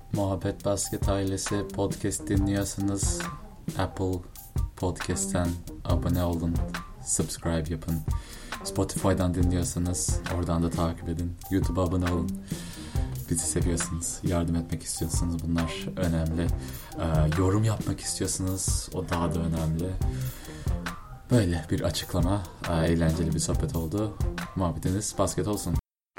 Muhabbet Basket ailesi podcast dinliyorsanız Apple Podcast'ten abone olun, subscribe yapın. Spotify'dan dinliyorsanız oradan da takip edin. YouTube'a abone olun. Bizi seviyorsunuz, yardım etmek istiyorsanız bunlar önemli. Yorum yapmak istiyorsanız o daha da önemli. Böyle bir açıklama, eğlenceli bir sohbet oldu. Muhabbetiniz basket olsun.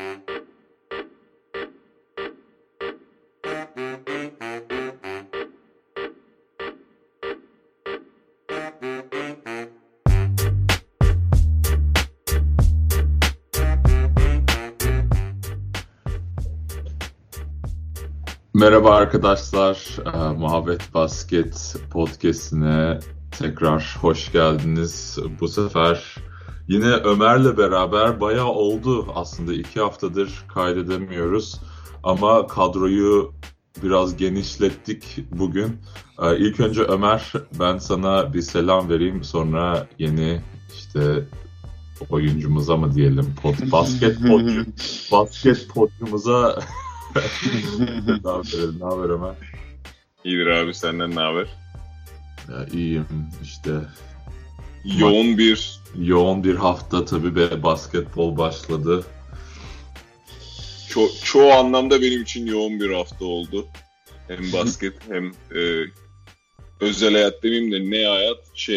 Merhaba arkadaşlar, Muhabbet Basket Podcast'ine tekrar hoş geldiniz. Bu sefer yine Ömer'le beraber bayağı oldu aslında 2 haftadır kaydedemiyoruz. Ama kadroyu biraz genişlettik bugün. İlk önce Ömer, ben sana bir selam vereyim, sonra yeni oyuncumuza mı diyelim, basket podyumuza ne haber Ömer? İyidir abi, senden ne haber? Ya, iyiyim işte. Yoğun bir hafta tabii, basketbol başladı. Çoğu anlamda benim için yoğun bir hafta oldu. Hem basket hem özel hayat demeyeyim de ne hayat?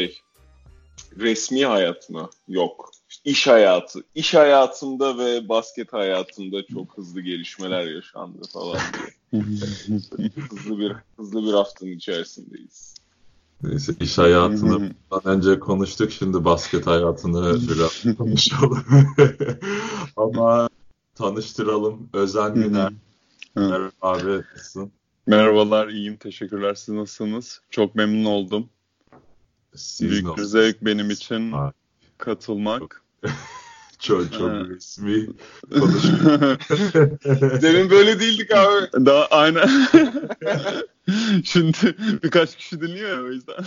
Resmi hayat mı? Yok. İş hayatı. İş hayatımda ve basket hayatımda çok hızlı gelişmeler yaşandı falan diye. hızlı bir haftanın içerisindeyiz. Neyse, iş hayatını önce konuştuk, şimdi basket hayatını biraz konuşalım. Ama tanıştıralım. Özen Güner. Merhaba abi, nasılsın? Merhabalar, iyiyim. Teşekkürler. Siz nasılsınız? Çok memnun oldum. Büyük bir zevk benim için katılmak. Çok resmi konuşuyor. Demin böyle değildik abi. Daha aynen. Şimdi birkaç kişi dinliyor ya, o yüzden.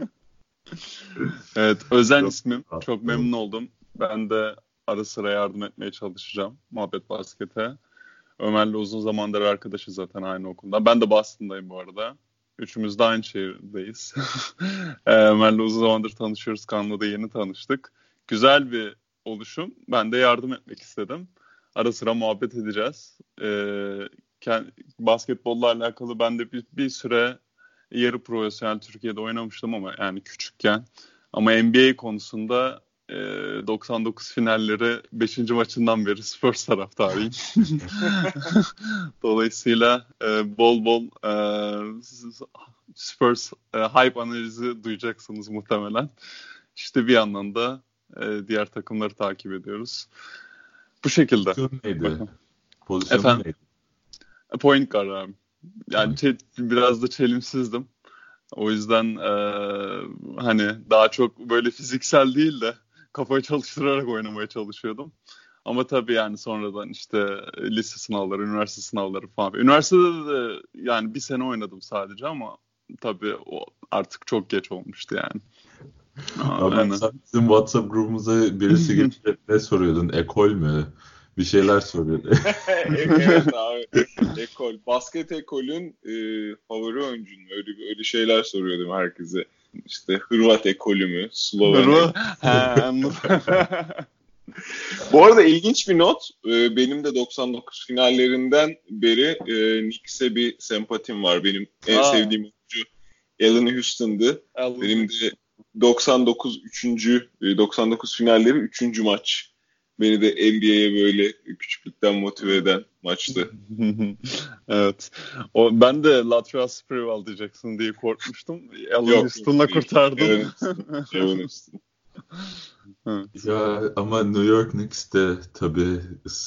Evet, Özen ismim. Çok memnun oldum. Ben de ara sıra yardım etmeye çalışacağım Muhabbet Basket'e. Ömer'le uzun zamandır arkadaşız zaten, aynı okulda. Ben de Boston'dayım bu arada. Üçümüz de aynı şehirdeyiz. Ömer'le uzun zamandır tanışıyoruz. Kanlı'da yeni tanıştık. Güzel bir oluşum. Ben de yardım etmek istedim. Ara sıra muhabbet edeceğiz. Basketbolla alakalı ben de bir süre yarı profesyonel Türkiye'de oynamıştım ama yani küçükken. Ama NBA konusunda 99 finalleri 5. maçından beri Spurs taraftarıyım. Dolayısıyla bol Spurs hype analizi duyacaksınız muhtemelen. İşte bir yandan da diğer takımları takip ediyoruz. Bu şekilde. Pozisyon neydi? Point guard abi. Yani biraz da çelimsizdim. O yüzden hani daha çok böyle fiziksel değil de kafayı çalıştırarak oynamaya çalışıyordum. Ama tabii yani sonradan işte lise sınavları, üniversite sınavları falan. Üniversitede de yani bir sene oynadım sadece ama tabii o artık çok geç olmuştu yani. Abi sen bizim WhatsApp grubumuza birisi gelince ne soruyordun? Ekol mü? Bir şeyler soruyordu. Evet abi. Ekol. Basket ekolün favori oyuncun mu? Öyle şeyler soruyordum herkese. İşte Hırvat ekolü mü? Sloven. Bu arada ilginç bir not. Benim de 99 finallerinden beri Knicks'e bir sempatim var. Benim en sevdiğim oyuncu Allen Houston'dı. Benim de 99 finalleri 3. maç. Beni de NBA'ye böyle küçüklükten motive eden maçtı. Evet. Ben de Latrell Sprewell diyeceksin diye korkmuştum. Allen Houston'la kurtardım. Evet. Ya ama New York Knicks de tabii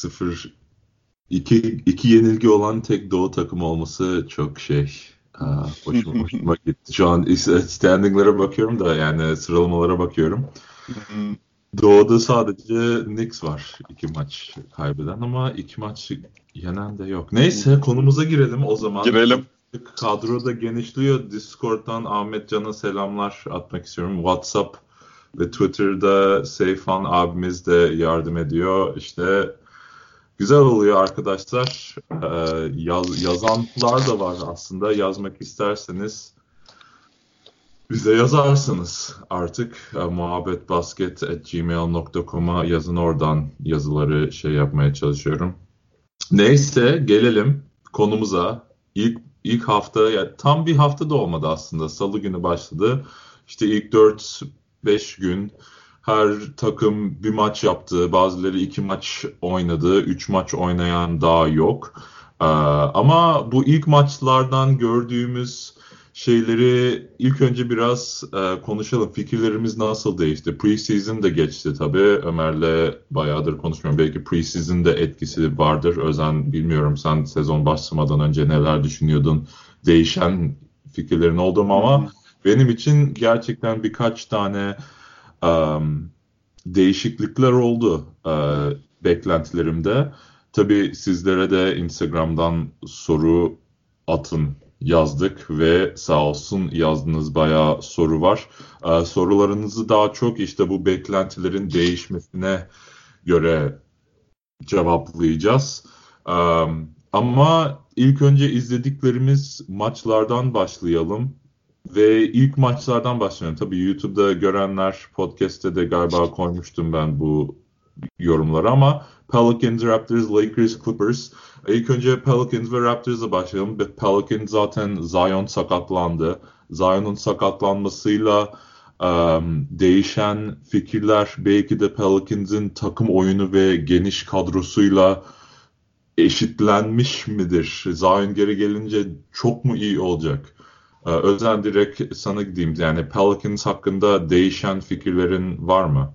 2 yenilgi olan tek doğu takımı olması çok hoşuma gitti. Şu an standinglere bakıyorum da, yani sıralamalara bakıyorum. Doğu'da sadece Knicks var 2 maç kaybeden ama 2 maç yenen de yok. Neyse, konumuza girelim o zaman. Girelim. Kadro da genişliyor. Discord'dan Ahmet Can'a selamlar atmak istiyorum. WhatsApp ve Twitter'da Seyfan abimiz de yardım ediyor. İşte Güzel oluyor arkadaşlar. Yazanlar da var aslında. Yazmak isterseniz bize yazarsınız artık. muhabbetbasket@gmail.com'a yazın, oradan yazıları yapmaya çalışıyorum. Neyse, gelelim konumuza. İlk hafta, ya tam bir hafta da olmadı aslında. Salı günü başladı. İşte ilk 4-5 gün her takım bir maç yaptı. Bazıları 2 maç oynadı. 3 maç oynayan daha yok. Ama bu ilk maçlardan gördüğümüz şeyleri ilk önce biraz konuşalım. Fikirlerimiz nasıl değişti? Preseason da geçti tabii. Ömer'le bayağıdır konuşmuyorum. Belki preseason da etkisi vardır. Özen, bilmiyorum, sen sezon başlamadan önce neler düşünüyordun? Değişen fikirlerin oldu mu? Ama benim için gerçekten birkaç tane değişiklikler oldu beklentilerimde. Tabii sizlere de Instagram'dan soru atın yazdık ve sağ olsun yazdığınız bayağı soru var. Sorularınızı daha çok işte bu beklentilerin değişmesine göre cevaplayacağız. Ama ilk önce izlediklerimiz maçlardan başlayalım. Ve ilk maçlardan başlayalım. Tabii YouTube'da görenler, podcast'te de galiba koymuştum ben bu yorumları, ama Pelicans, Raptors, Lakers, Clippers. İlk önce Pelicans ve Raptors'a başlayalım. Pelicans zaten Zion sakatlandı. Zion'un sakatlanmasıyla değişen fikirler belki de Pelicans'in takım oyunu ve geniş kadrosuyla eşitlenmiş midir? Zion geri gelince çok mu iyi olacak? Özen, direkt sana gideyim. Yani Pelicans hakkında değişen fikirlerin var mı?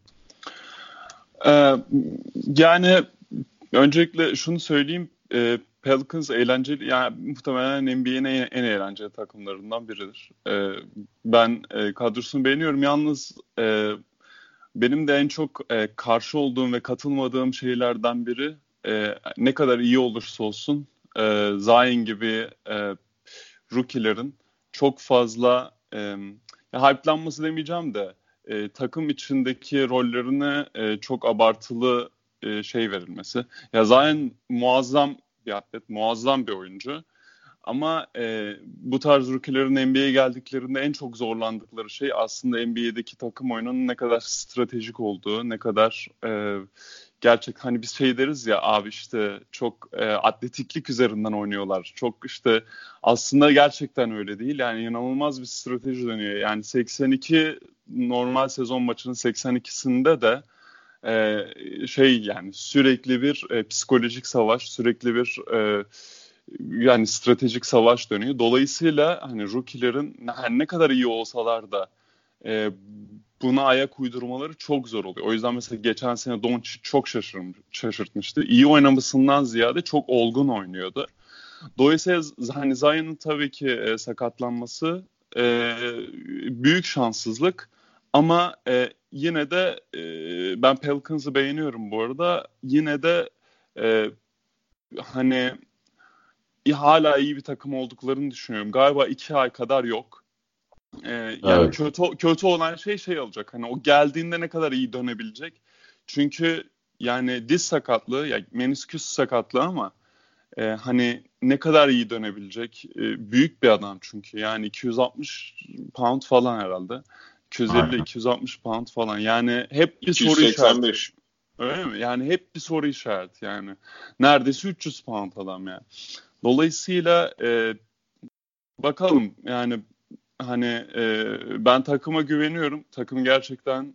Yani öncelikle şunu söyleyeyim. Pelicans eğlenceli, yani muhtemelen NBA'nin en eğlenceli takımlarından biridir. Ben kadrosunu beğeniyorum. Yalnız benim de en çok karşı olduğum ve katılmadığım şeylerden biri, ne kadar iyi olursa olsun Zion gibi rookie'lerin çok fazla hype'lanması demeyeceğim de takım içindeki rollerine çok abartılı verilmesi. Ya Zion muazzam bir atlet, muazzam bir oyuncu. Ama bu tarz rookie'lerin NBA'ye geldiklerinde en çok zorlandıkları şey aslında NBA'deki takım oyununun ne kadar stratejik olduğu, ne kadar gerçek, hani biz deriz ya abi, işte çok atletiklik üzerinden oynuyorlar. Çok işte aslında gerçekten öyle değil. Yani inanılmaz bir strateji dönüyor. Yani 82 normal sezon maçının 82'sinde de yani sürekli bir psikolojik savaş, sürekli bir yani stratejik savaş dönüyor. Dolayısıyla hani rookie'lerin ne kadar iyi olsalar da buna ayak uydurmaları çok zor oluyor. O yüzden mesela geçen sene Doncic çok şaşırtmıştı. İyi oynamasından ziyade çok olgun oynuyordu. Dolayısıyla hani Zion'ın tabii ki sakatlanması büyük şanssızlık. Ama yine de ben Pelicans'ı beğeniyorum bu arada. Yine de hani hala iyi bir takım olduklarını düşünüyorum. Galiba 2 ay kadar yok. Yani evet. Kötü olan şey olacak. Hani o geldiğinde ne kadar iyi dönebilecek. Çünkü yani diz sakatlığı, yani menisküs sakatlığı, ama hani ne kadar iyi dönebilecek. Büyük bir adam çünkü. Yani 260 pound falan herhalde. 250-260 pound falan. Yani hep bir soru işareti. Öyle mi? Yani hep bir soru işareti yani. Neredeyse 300 pound adam yani. Dolayısıyla bakalım yani hani ben takıma güveniyorum. Takım gerçekten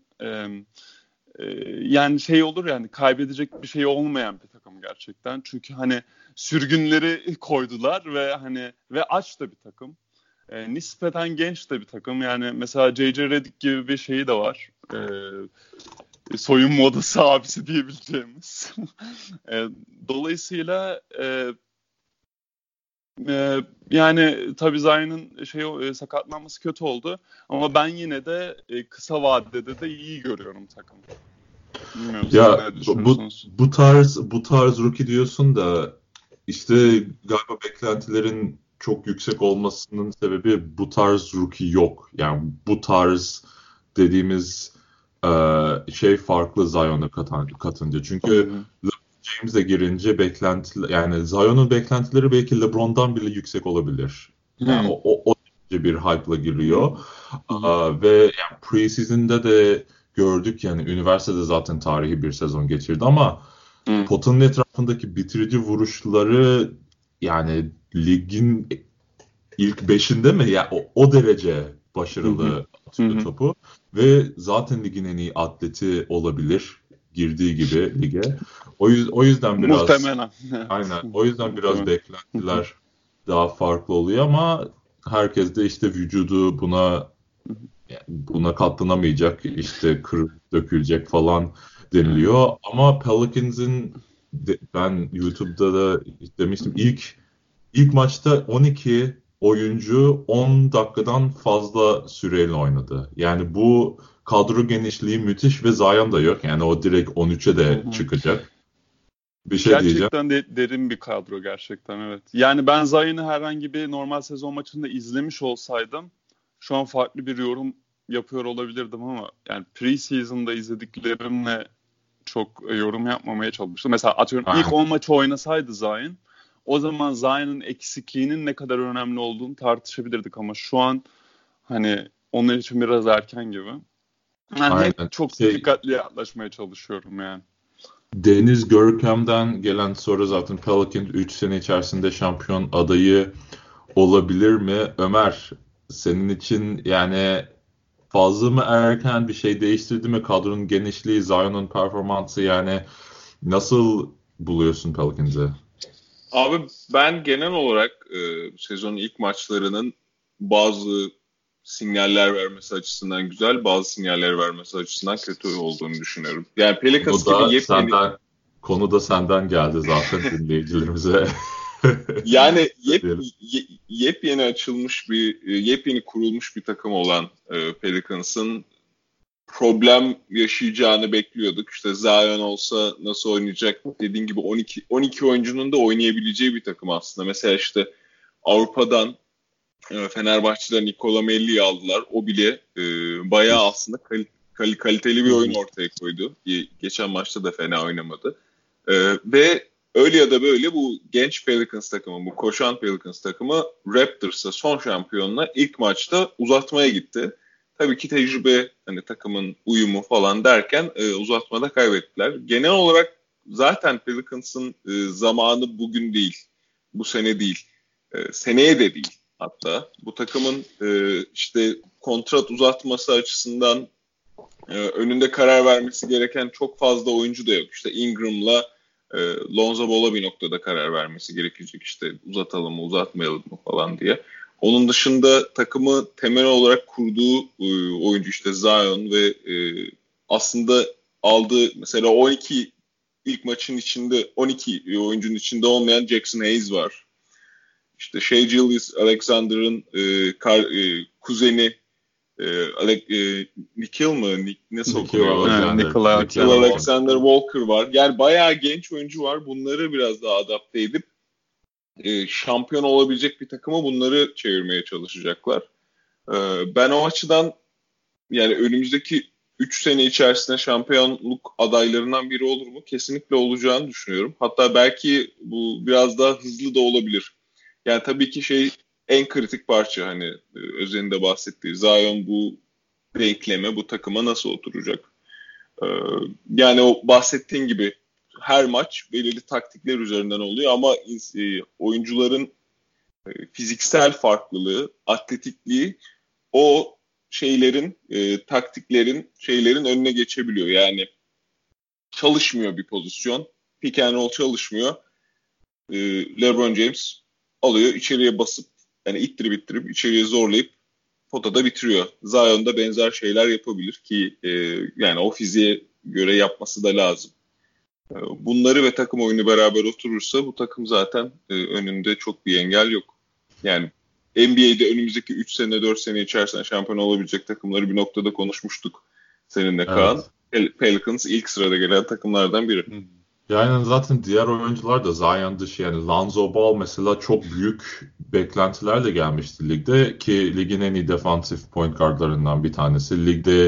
yani olur yani, kaybedecek bir şey olmayan bir takım gerçekten. Çünkü hani sürgünleri koydular ve hani ve aç da bir takım. Nispeten genç de bir takım. Yani mesela J.J. Redick gibi bir şeyi de var. Soyun modası abisi diyebileceğimiz. Dolayısıyla yani tabii Zion'ın sakatlanması kötü oldu. Ama ben yine de kısa vadede de iyi görüyorum takımı. Bilmiyorum, ya bu tarz rookie diyorsun da işte galiba beklentilerin çok yüksek olmasının sebebi bu tarz rookie yok. Yani bu tarz dediğimiz farklı Zion'a katınca. Çünkü James de girince yani Zion'un beklentileri belki LeBron'dan bile yüksek olabilir. Yani o bir hype'la giriyor. Ve yani preseason'da de gördük, yani üniversitede zaten tarihi bir sezon geçirdi ama potanın etrafındaki bitirici vuruşları yani ligin ilk 5'inde mi? Ya o derece başarılı atıyor topu ve zaten ligin en iyi atleti olabilir girdiği gibi lige. O yüzden biraz muhtemelen. Aynen. O yüzden biraz beklentiler daha farklı oluyor ama herkes de işte vücudu buna katlanamayacak, işte kırıp dökülecek falan deniliyor. Ama Pelicans'ın ben YouTube'da da demiştim, ilk maçta 12 oyuncu 10 dakikadan fazla süreyle oynadı. Yani bu kadro genişliği müthiş ve Zion da yok. Yani o direkt 13'e de çıkacak. Bir şey gerçekten diyeceğim. derin bir kadro gerçekten, evet. Yani ben Zion'u herhangi bir normal sezon maçında izlemiş olsaydım şu an farklı bir yorum yapıyor olabilirdim ama yani preseason'da izlediklerimle çok yorum yapmamaya çalıştım. Mesela atıyorum ilk 10 maçı oynasaydı Zion, o zaman Zion'un eksikliğinin ne kadar önemli olduğunu tartışabilirdik ama şu an hani onlar için biraz erken gibi. Yani hep çok dikkatli yaklaşmaya çalışıyorum yani. Deniz Görkem'den gelen soru zaten Pelicans 3 sene içerisinde şampiyon adayı olabilir mi? Ömer, senin için yani fazla mı erken, bir şey değiştirdi mi? Kadronun genişliği, Zion'un performansı, yani nasıl buluyorsun Pelicans'ı? Abi ben genel olarak sezonun ilk maçlarının bazı sinyaller vermesi açısından güzel, bazı sinyaller vermesi açısından kötü olduğunu düşünüyorum. Yani Pelicans gibi yepyeni... Konu da senden geldi zaten dinleyicilerimize. Yani yepyeni açılmış yepyeni kurulmuş bir takım olan Pelicans'ın problem yaşayacağını bekliyorduk. İşte Zion olsa nasıl oynayacak? Dediğin gibi 12 oyuncunun da oynayabileceği bir takım aslında. Mesela işte Avrupa'dan Fenerbahçe'den Nikola Melli'yi aldılar. O bile bayağı aslında kaliteli bir oyun ortaya koydu. Geçen maçta da fena oynamadı. Ve öyle ya da böyle bu genç Pelicans takımı, bu koşan Pelicans takımı Raptors'a son şampiyonla ilk maçta uzatmaya gitti. Tabii ki tecrübe, hani takımın uyumu falan derken uzatmada kaybettiler. Genel olarak zaten Pelicans'ın zamanı bugün değil, bu sene değil, seneye de değil. Hatta bu takımın işte kontrat uzatması açısından önünde karar vermesi gereken çok fazla oyuncu da yok. İşte Ingram'la Lonzo Ball'a bir noktada karar vermesi gerekecek. İşte uzatalım mı, uzatmayalım mı falan diye. Onun dışında takımı temel olarak kurduğu oyuncu işte Zion ve aslında aldığı mesela 12 ilk maçın içinde 12 oyuncunun içinde olmayan Jackson Hayes var. İşte Shai Gilgeous-Alexander'ın kuzeni Nikhil mı? Nasıl okunuyor? Nikhil Alexander Walker var. Yani bayağı genç oyuncu var. Bunları biraz daha adapte edip şampiyon olabilecek bir takıma bunları çevirmeye çalışacaklar. Ben o açıdan yani önümüzdeki 3 sene içerisinde şampiyonluk adaylarından biri olur mu? Kesinlikle olacağını düşünüyorum. Hatta belki bu biraz daha hızlı da olabilir. Yani tabii ki en kritik parça, hani özelinde bahsettiği Zion bu denkleme, bu takıma nasıl oturacak? Yani o bahsettiğin gibi her maç belirli taktikler üzerinden oluyor ama oyuncuların fiziksel farklılığı, atletikliği o taktiklerin önüne geçebiliyor. Yani çalışmıyor bir pozisyon. Pick and roll çalışmıyor. LeBron James alıyor, içeriye basıp yani ittirip içeriye zorlayıp potada bitiriyor. Zion da benzer şeyler yapabilir ki yani o fiziğe göre yapması da lazım. Bunları ve takım oyunu beraber oturursa bu takım zaten önünde çok bir engel yok. Yani NBA'de önümüzdeki 3 sene 4 sene içerisinde şampiyon olabilecek takımları bir noktada konuşmuştuk seninle Kaan. Evet. Pelicans ilk sırada gelen takımlardan biri. Yani zaten diğer oyuncular da Zion dışı, yani Lonzo Ball mesela çok büyük beklentilerle gelmişti ligde ki ligin en iyi defansif point guardlarından bir tanesi. Ligde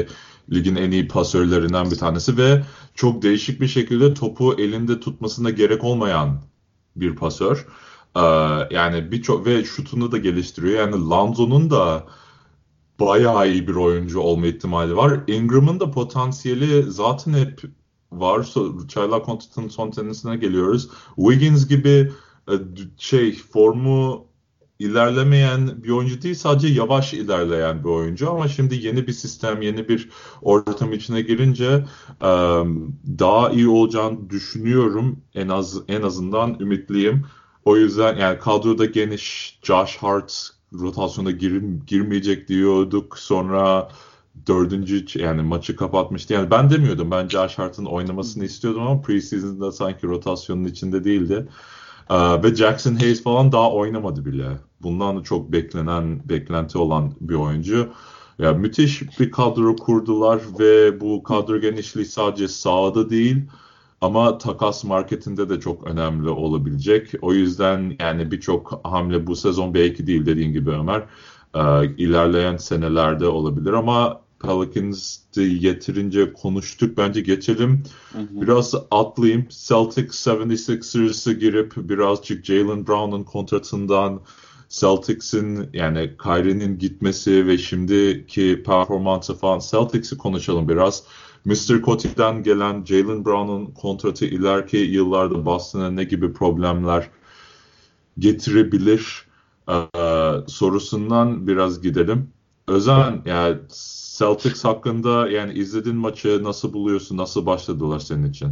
ligin en iyi pasörlerinden bir tanesi ve çok değişik bir şekilde topu elinde tutmasına gerek olmayan bir pasör. Yani birçok ve şutunu da geliştiriyor. Yani Lonzo'nun da bayağı iyi bir oyuncu olma ihtimali var. Ingram'ın da potansiyeli zaten hep var. Çaylak kontratının son senesine geliyoruz. Wiggins gibi formu ilerlemeyen bir oyuncu değil, sadece yavaş ilerleyen bir oyuncu ama şimdi yeni bir sistem, yeni bir ortam içine girince daha iyi olacağını düşünüyorum. En azından ümitliyim. O yüzden yani kadroda geniş, Josh Hart rotasyona girmeyecek diyorduk. Sonra dördüncü yani maçı kapatmıştı. Yani ben demiyordum. Ben Josh Hart'ın oynamasını istiyordum ama preseason'da sanki rotasyonun içinde değildi. Ve Jackson Hayes falan daha oynamadı bile. Bundan da çok beklenti olan bir oyuncu. Ya müthiş bir kadro kurdular ve bu kadro genişliği sadece sahada değil ama takas marketinde de çok önemli olabilecek. O yüzden yani birçok hamle bu sezon belki değil dediğin gibi Ömer. İlerleyen senelerde olabilir ama Pelicans'ı yeterince konuştuk. Bence geçelim. Biraz atlayayım. Celtics 76ers'ı girip birazcık Jaylen Brown'un kontratından, Celtics'in yani Kyrie'nin gitmesi ve şimdiki performansı falan Celtics'i konuşalım biraz. Mr. Coty'den gelen Jaylen Brown'un kontratı ileriki yıllarda Boston'a ne gibi problemler getirebilir sorusundan biraz gidelim. Özen, yani Celtics hakkında yani izlediğin maçı nasıl buluyorsun? Nasıl başladılar senin için?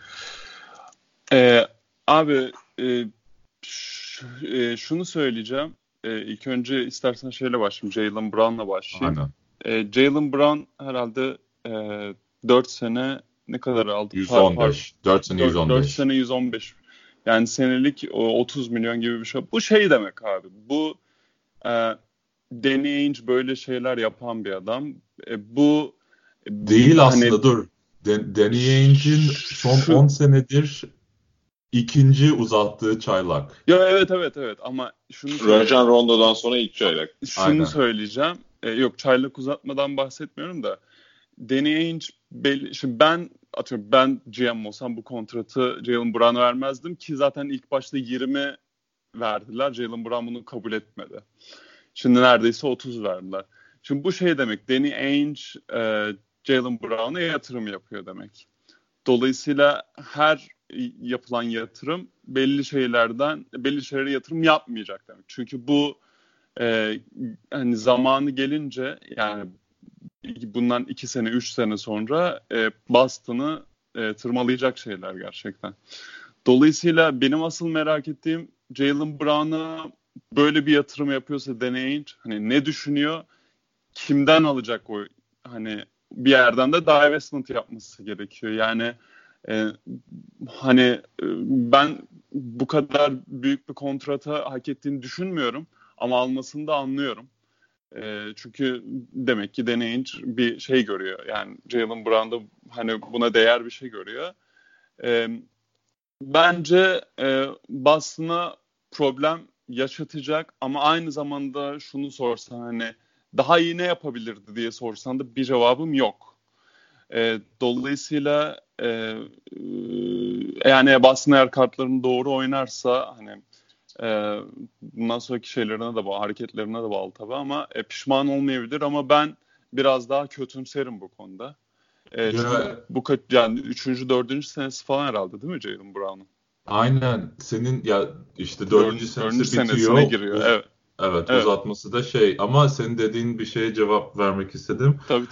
Abi şunu söyleyeceğim. İlk önce istersen şeyle başlayayım. Jaylen Brown'la başlayayım. Aynen. Jaylen Brown herhalde 4 sene ne kadar aldı? 115. 4 sene 115. 4 sene 115. Yani senelik 30 milyon gibi bir şey. Bu şey demek abi. Bu Danny Ainge böyle şeyler yapan bir adam. Bu değil aslında dur. Danny Ainge'in son 10 senedir ikinci uzattığı çaylak. Ya evet ama şunu Rajon Rondo'dan sonra ilk çaylak. Şunu söyleyeceğim. Yok çaylak uzatmadan bahsetmiyorum da Danny Ainge şimdi ben GM olsam bu kontratı Jaylen Brown'a vermezdim ki zaten ilk başta 20 verdiler. Jaylen Brown bunu kabul etmedi. Şimdi neredeyse 30 verdiler. Şimdi bu şey demek. Danny Ainge Jaylen Brown'a yatırım yapıyor demek. Dolayısıyla her yapılan yatırım belli şeylere yatırım yapmayacak demek. Çünkü bu hani zamanı gelince yani bundan 2 sene 3 sene sonra Boston'ı tırmalayacak şeyler gerçekten. Dolayısıyla benim asıl merak ettiğim Jaylen Brown'a böyle bir yatırım yapıyorsa Danny Ainge hani ne düşünüyor? Kimden alacak o hani bir yerden de divestment yapması gerekiyor. Yani hani ben bu kadar büyük bir kontrata hak ettiğini düşünmüyorum ama almasını da anlıyorum. Çünkü demek ki Danny Ainge bir şey görüyor. Yani Jaylen Brown'da hani buna değer bir şey görüyor. Bence Boston'a problem yaşatacak ama aynı zamanda şunu sorsan hani daha iyi ne yapabilirdi diye sorsan da bir cevabım yok. Dolayısıyla yani Boston eğer kartlarını doğru oynarsa hani bundan sonraki şeylerine de bağlı, hareketlerine de bağlı tabii ama pişman olmayabilir ama ben biraz daha kötümserim bu konuda. Çünkü bu yani 3. 4. senesi falan herhalde değil mi Jaylen Brown'un? Aynen. Senin ya işte 4. senesi bitiyor. Giriyor. Evet. Uzatması da ama senin dediğin bir şeye cevap vermek istedim. Tabii.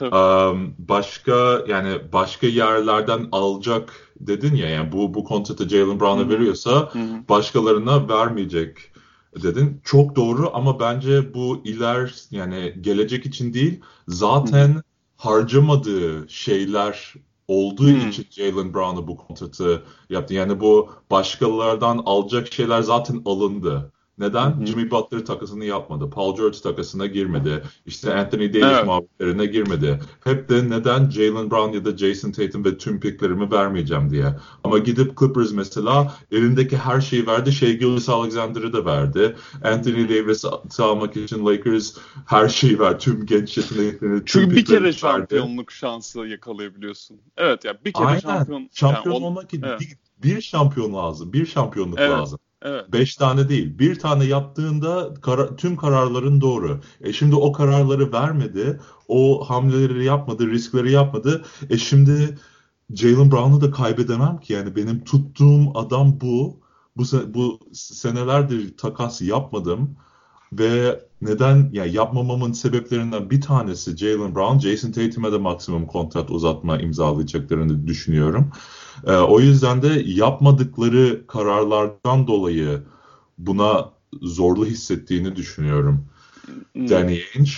Başka yerlerden alacak dedin ya yani bu kontratı Jaylen Brown'a veriyorsa başkalarına vermeyecek dedin. Çok doğru ama bence bu yani gelecek için değil zaten harcamadığı şeyler olduğu için Jaylen Brown'a bu kontratı yaptı. Yani bu başkalarından alacak şeyler zaten alındı. Neden? Jimmy Butler takasını yapmadı. Paul George takasına girmedi. İşte Anthony Davis muhabbetlerine girmedi. Hep de neden Jaylen Brown ya da Jason Tatum ve tüm picklerimi vermeyeceğim diye. Ama gidip Clippers mesela elindeki her şeyi verdi. Shai Gilgeous-Alexander'ı da verdi. Anthony Davis'i almak için Lakers her şeyi ver. Tüm genç yeteneklerini. Çünkü bir kere şampiyonluk şansı yakalayabiliyorsun. Evet ya, bir kere şampiyon olmak için bir şampiyon lazım. Bir şampiyonluk lazım. Evet. 5 tane değil. Bir tane yaptığında tüm kararların doğru. Şimdi o kararları vermedi. O hamleleri yapmadı. Riskleri yapmadı. Şimdi Jaylen Brown'u da kaybedemem ki. Yani benim tuttuğum adam bu. Bu senelerdir takas yapmadım. Ve neden yapmamamın sebeplerinden bir tanesi Jaylen Brown. Jason Tatum'a da maksimum kontrat uzatma imzalayacaklarını düşünüyorum. O yüzden de yapmadıkları kararlardan dolayı buna zorlu hissettiğini düşünüyorum. Danny Ainge.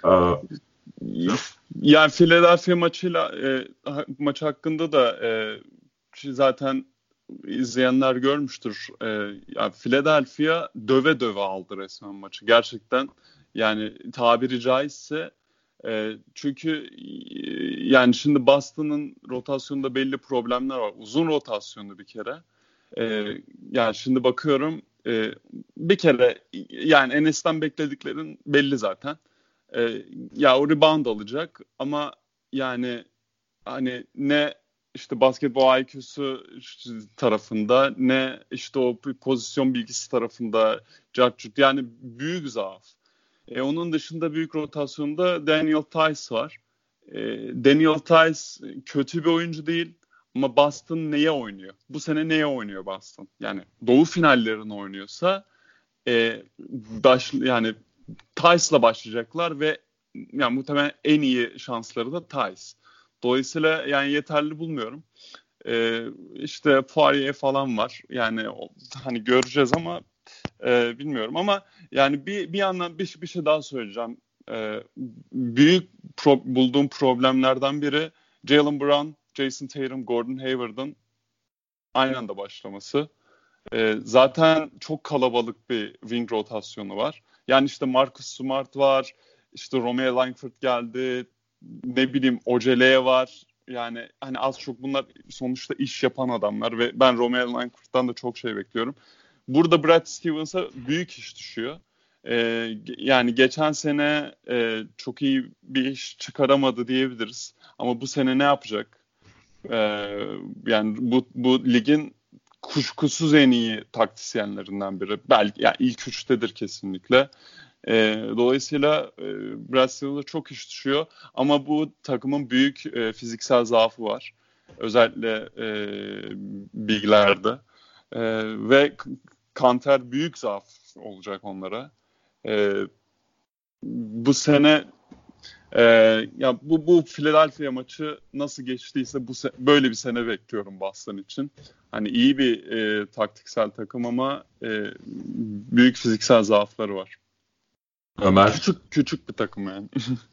Yani Philadelphia maçı hakkında da zaten izleyenler görmüştür. Yani Philadelphia döve döve aldı resmen maçı. Gerçekten yani tabiri caizse çünkü yani şimdi Boston'ın rotasyonunda belli problemler var. Uzun rotasyonu bir kere. Yani şimdi bakıyorum bir kere yani Enes'ten beklediklerin belli zaten. Ya o rebound alacak ama yani hani ne işte basketbol IQ'su tarafında ne işte o pozisyon bilgisi tarafında yani büyük zaaf. Onun dışında büyük rotasyonda Daniel Theis var. Daniel Theis kötü bir oyuncu değil ama Boston neye oynuyor? Bu sene neye oynuyor Boston? Yani Doğu finallerini oynuyorsa yani Theis'la başlayacaklar ve yani muhtemelen en iyi şansları da Theis. Dolayısıyla yani yeterli bulmuyorum. İşte Poirier falan var. Yani hani göreceğiz ama bilmiyorum ama yani bir yandan bir şey daha söyleyeceğim. Büyük bulduğum problemlerden biri Jaylen Brown, Jason Tatum, Gordon Hayward'ın aynı anda başlaması. Zaten çok kalabalık bir wing rotasyonu var. Yani işte Marcus Smart var, işte Romeo Langford geldi, ne bileyim Ojeleye var. Yani hani az çok bunlar sonuçta iş yapan adamlar ve ben Romeo Langford'dan da çok şey bekliyorum. Burada Brad Stevens'a büyük iş düşüyor. Yani geçen sene çok iyi bir iş çıkaramadı diyebiliriz. Ama bu sene ne yapacak? Yani bu ligin kuşkusuz en iyi taktisyenlerinden biri. Belki yani ilk üçtedir kesinlikle. Dolayısıyla Brad Stevens'a çok iş düşüyor. Ama bu takımın büyük fiziksel zaafı var. Özellikle bilgilerde. Ve Kanter büyük zaaf olacak onlara. Bu sene ya bu Philadelphia maçı nasıl geçtiyse böyle bir sene bekliyorum Boston için. Hani iyi bir taktiksel takım ama büyük fiziksel zaafları var. Ömer. Küçük bir takım yani.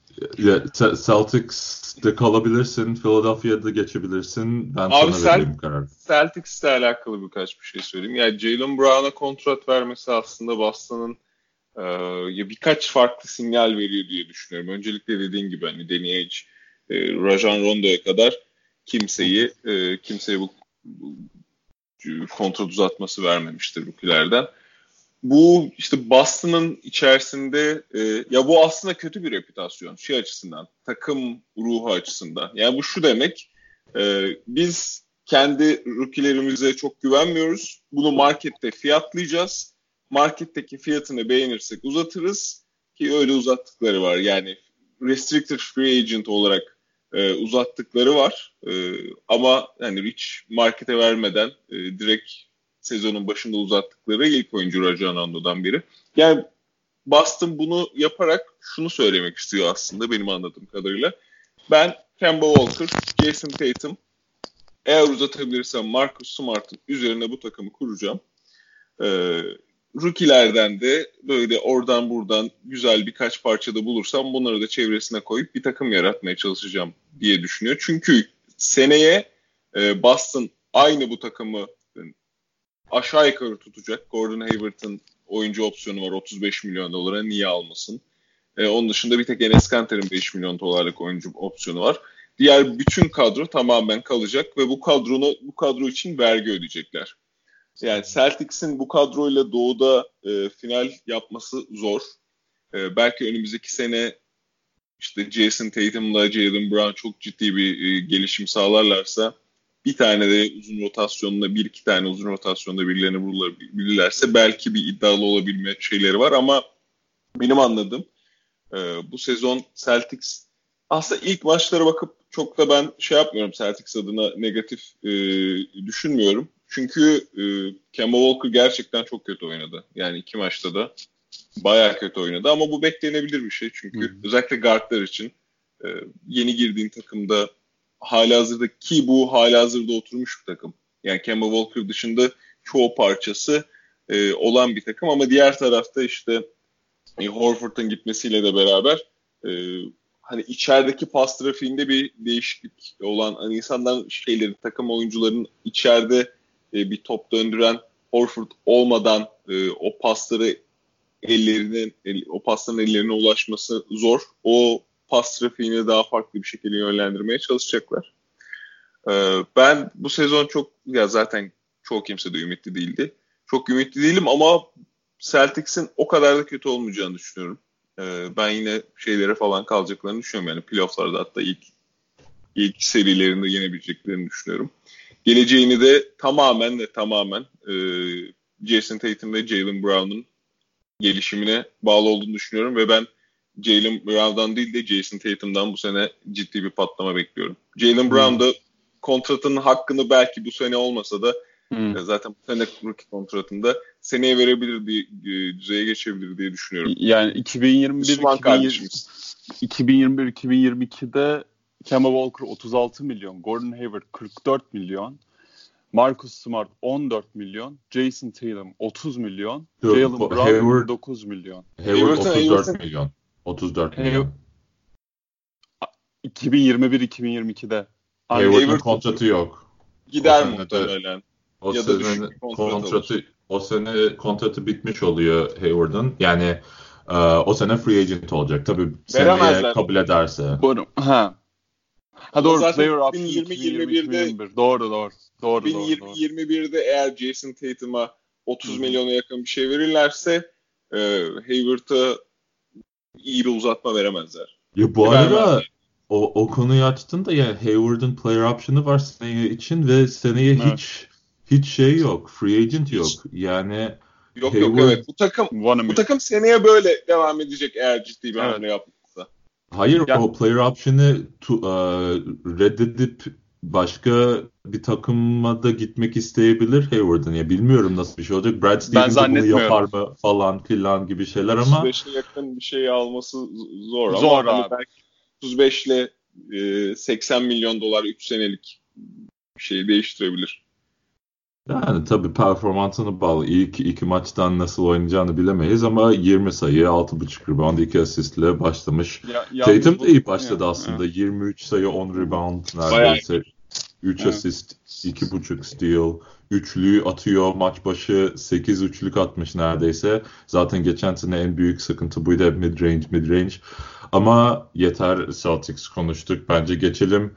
Celtics'te kalabilirsin, Philadelphia'da geçebilirsin. Ben abi sana vereyim karar. Celtics'le alakalı birkaç bir şey söyleyeyim. Yani Jaylen Brown'a kontrat vermesi aslında Boston'ın birkaç farklı sinyal veriyor diye düşünüyorum. Öncelikle dediğin gibi hani Danny Ainge, Rajon Rondo'ya kadar kimseye bu kontrat uzatması vermemiştir rookie'lerden. Bu işte Boston'ın içerisinde ya bu aslında kötü bir reputasyon şey açısından, takım ruhu açısından. Yani bu şu demek, biz kendi rookie'lerimize çok güvenmiyoruz. Bunu markette fiyatlayacağız. Marketteki fiyatını beğenirsek uzatırız ki öyle uzattıkları var. Yani restricted free agent olarak uzattıkları var. Ama yani hiç markete vermeden direkt sezonun başında uzattıkları ilk oyuncu Rajon Rondo'dan biri. Yani Boston bunu yaparak şunu söylemek istiyor aslında benim anladığım kadarıyla. Ben Kemba Walker, Jason Tatum, eğer uzatabilirsem Marcus Smart'ın üzerine bu takımı kuracağım. Rookie'lerden de böyle oradan buradan güzel birkaç parçada bulursam bunları da çevresine koyup bir takım yaratmaya çalışacağım diye düşünüyor. Çünkü seneye Boston aynı bu takımı aşağı yukarı tutacak. Gordon Hayward'ın oyuncu opsiyonu var 35 milyon dolara, niye almasın? Onun dışında bir tek Enes Kanter'in 5 milyon dolarlık oyuncu opsiyonu var. Diğer bütün kadro tamamen kalacak ve bu kadro için vergi ödeyecekler. Yani Celtics'in bu kadroyla Doğu'da final yapması zor. Belki önümüzdeki sene işte Jason Tatum'la Jaylen Brown çok ciddi bir gelişim sağlarlarsa, bir tane de uzun rotasyonda, bir iki tane uzun rotasyonda birilerini bulabilirlerse belki bir iddialı olabilme şeyleri var ama benim anladığım bu sezon Celtics aslında ilk maçlara bakıp çok da ben şey yapmıyorum, Celtics adına negatif düşünmüyorum. Çünkü Kemba Walker gerçekten çok kötü oynadı. Yani 2 maçta da bayağı kötü oynadı ama bu beklenebilir bir şey. Çünkü özellikle guardlar için yeni girdiğin takımda halihazırda, ki bu halihazırda oturmuş bir takım. Yani Kemba Walker dışında çoğu parçası olan bir takım ama diğer tarafta işte Horford'un gitmesiyle de beraber hani içerideki pas trafiğinde bir değişiklik olan, hani insanların takım oyuncuların içeride bir top döndüren Horford olmadan o pasların ellerine ulaşması zor. O pas trafiğini daha farklı bir şekilde yönlendirmeye çalışacaklar. Ben bu sezon zaten çoğu kimse de ümitli değildi. Çok ümitli değilim ama Celtics'in o kadar da kötü olmayacağını düşünüyorum. Ben yine şeylere falan kalacaklarını düşünüyorum. Yani playoff'larda hatta ilk serilerinde yenebileceklerini düşünüyorum. Geleceğini de tamamen Jason Tatum ve Jaylen Brown'un gelişimine bağlı olduğunu düşünüyorum ve ben Jaylen Brown'dan değil de Jason Tatum'dan bu sene ciddi bir patlama bekliyorum. Jaylen Brown da kontratının hakkını belki bu sene olmasa da zaten bu sene rookie kontratında seneye verebilir diye, düzeye geçebilir diye düşünüyorum. Yani 2021-2022'de Kemba Walker 36 milyon, Gordon Hayward 44 milyon, Marcus Smart 14 milyon, Jason Tatum 30 milyon, Jaylen Brown 9 milyon. Hayward 34 milyon. 34 milyon. 2021-2022'de. Hayward'ın kontratı yok. Gider muhtemelen. O sene kontratı bitmiş oluyor Hayward'ın. Yani o sene free agent olacak. Tabii seneye kabul ederse. Doğru. Doğru. Player option 2020-2021. Doğru. 2020-21'de eğer Jason Tatum'a 30 milyona yakın bir şey verirlerse Hayward'a iyi bir uzatma veremezler. Ya bu arada o konuyu açtın da, yani Hayward'ın player option'ı var seneye için ve seneye hiç şey yok. Free agent yok. Yani yok evet. Bu takım seneye böyle devam edecek eğer ciddi bir hamle yapmazsa. Hayır, o player option'ı reddedip başka bir takıma da gitmek isteyebilir Hayward'ın. Ya bilmiyorum nasıl bir şey olacak. Brad Stevens bunu yapar mı falan filan gibi şeyler ama 35'e yakın bir şey alması zor ama abi. Belki 35 ile 80 milyon dolar 3 senelik bir şeyi değiştirebilir. Yani tabii performansına bağlı. İlk iki maçtan nasıl oynayacağını bilemeyiz ama 20 sayı, 6.5 rebound, 2 asistle başlamış. Tatum da iyi başladı aslında. 23 sayı, 10 rebound neredeyse. 3 asist, 2.5 steal. Üçlüyü atıyor. Maç başı 8 üçlük atmış neredeyse. Zaten geçen sene en büyük sıkıntı buydu. Hep mid-range. Ama yeter, Celtics konuştuk. Bence geçelim.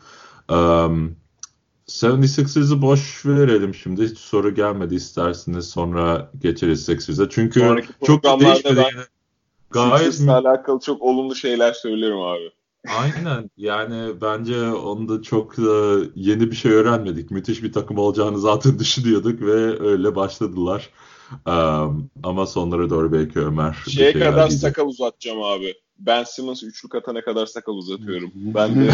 76ers'ı boş verelim şimdi. Hiç soru gelmedi, isterseniz sonra geçeriz Sixers'a. Çünkü çok değişmedi. Sixers'la alakalı çok olumlu şeyler söylerim abi. Aynen. Yani bence onda çok yeni bir şey öğrenmedik. Müthiş bir takım olacağını zaten düşünüyorduk ve öyle başladılar. Ama sonlara doğru belki Ömer şeye kadar diyecek. Sakal uzatacağım abi. Ben Simmons üçlük atana kadar sakal uzatıyorum. Ben de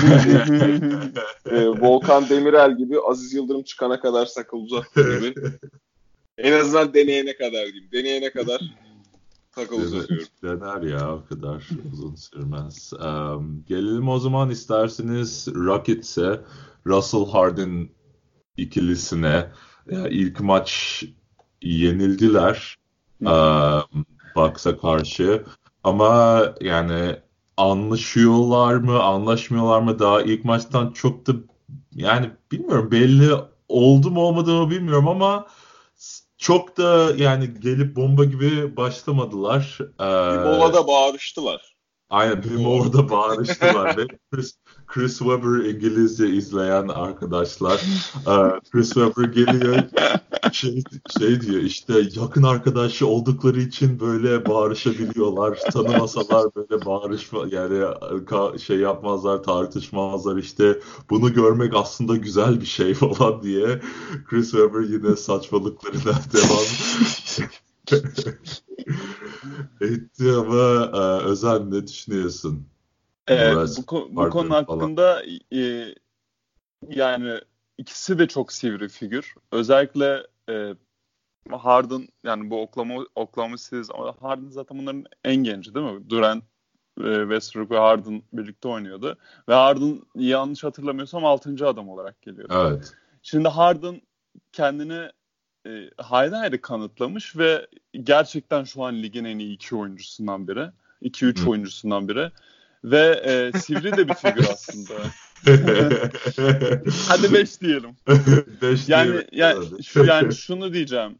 Volkan Demirel gibi, Aziz Yıldırım çıkana kadar sakal uzattığım gibi. En azından deneyene kadar diyeyim. Deneyene kadar sakal uzatıyorum. Dener ya, o kadar uzun sürmez. Gelelim o zaman isterseniz Rockets'e, Russell Harden ikilisine. İlk maç yenildiler Bucks'a karşı. Ama yani anlaşıyorlar mı, anlaşmıyorlar mı, daha ilk maçtan çok da yani bilmiyorum, belli oldu mu olmadı mı bilmiyorum ama çok da yani gelip bomba gibi başlamadılar. Bir molada bağırıştılar. Aynen, bir molada bağırıştılar ve Chris Webber İngilizce izleyen arkadaşlar, Chris Webber geliyor şey diyor, işte yakın arkadaşı oldukları için böyle bağırışabiliyorlar, tanımasalar böyle yani şey yapmazlar, tartışmazlar, işte bunu görmek aslında güzel bir şey falan diye Chris Webber yine saçmalıklarına devam etti ama Özen, ne düşünüyorsun? Bu konu hakkında yani ikisi de çok sivri figür. Özellikle Harden, yani bu Oklahoma City, Harden zaten bunların en genci değil mi? Durant, Westbrook ve Harden birlikte oynuyordu. Ve Harden, yanlış hatırlamıyorsam 6. adam olarak geliyordu. Evet. Şimdi Harden kendini hayli kanıtlamış ve gerçekten şu an ligin en iyi 2 oyuncusundan biri. 2-3 oyuncusundan biri. Ve sivri de bir figür aslında. Hadi 5 diyelim. 5 yani şunu diyeceğim.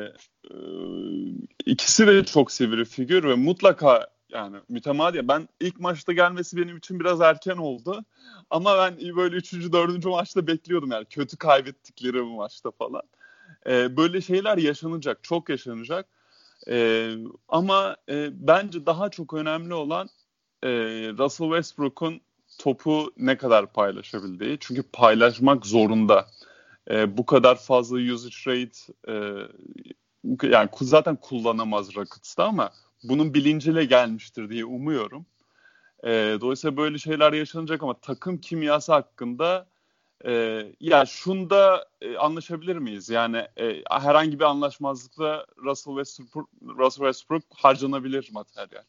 İkisi de çok sivri figür ve mutlaka yani mütemadiyen. Ben ilk maçta gelmesi benim için biraz erken oldu. Ama ben böyle 3. 4. maçta bekliyordum, yani kötü kaybettikleri bu maçta falan. Böyle şeyler yaşanacak, çok yaşanacak. Ama bence daha çok önemli olan Russell Westbrook'un topu ne kadar paylaşabildiği. Çünkü paylaşmak zorunda. Bu kadar fazla usage rate yani zaten kullanamaz Rockets'ta ama bunun bilinciyle gelmiştir diye umuyorum. Dolayısıyla böyle şeyler yaşanacak ama takım kimyası hakkında ya şunda anlaşabilir miyiz? Yani herhangi bir anlaşmazlıkla Russell Westbrook harcanabilir materyal.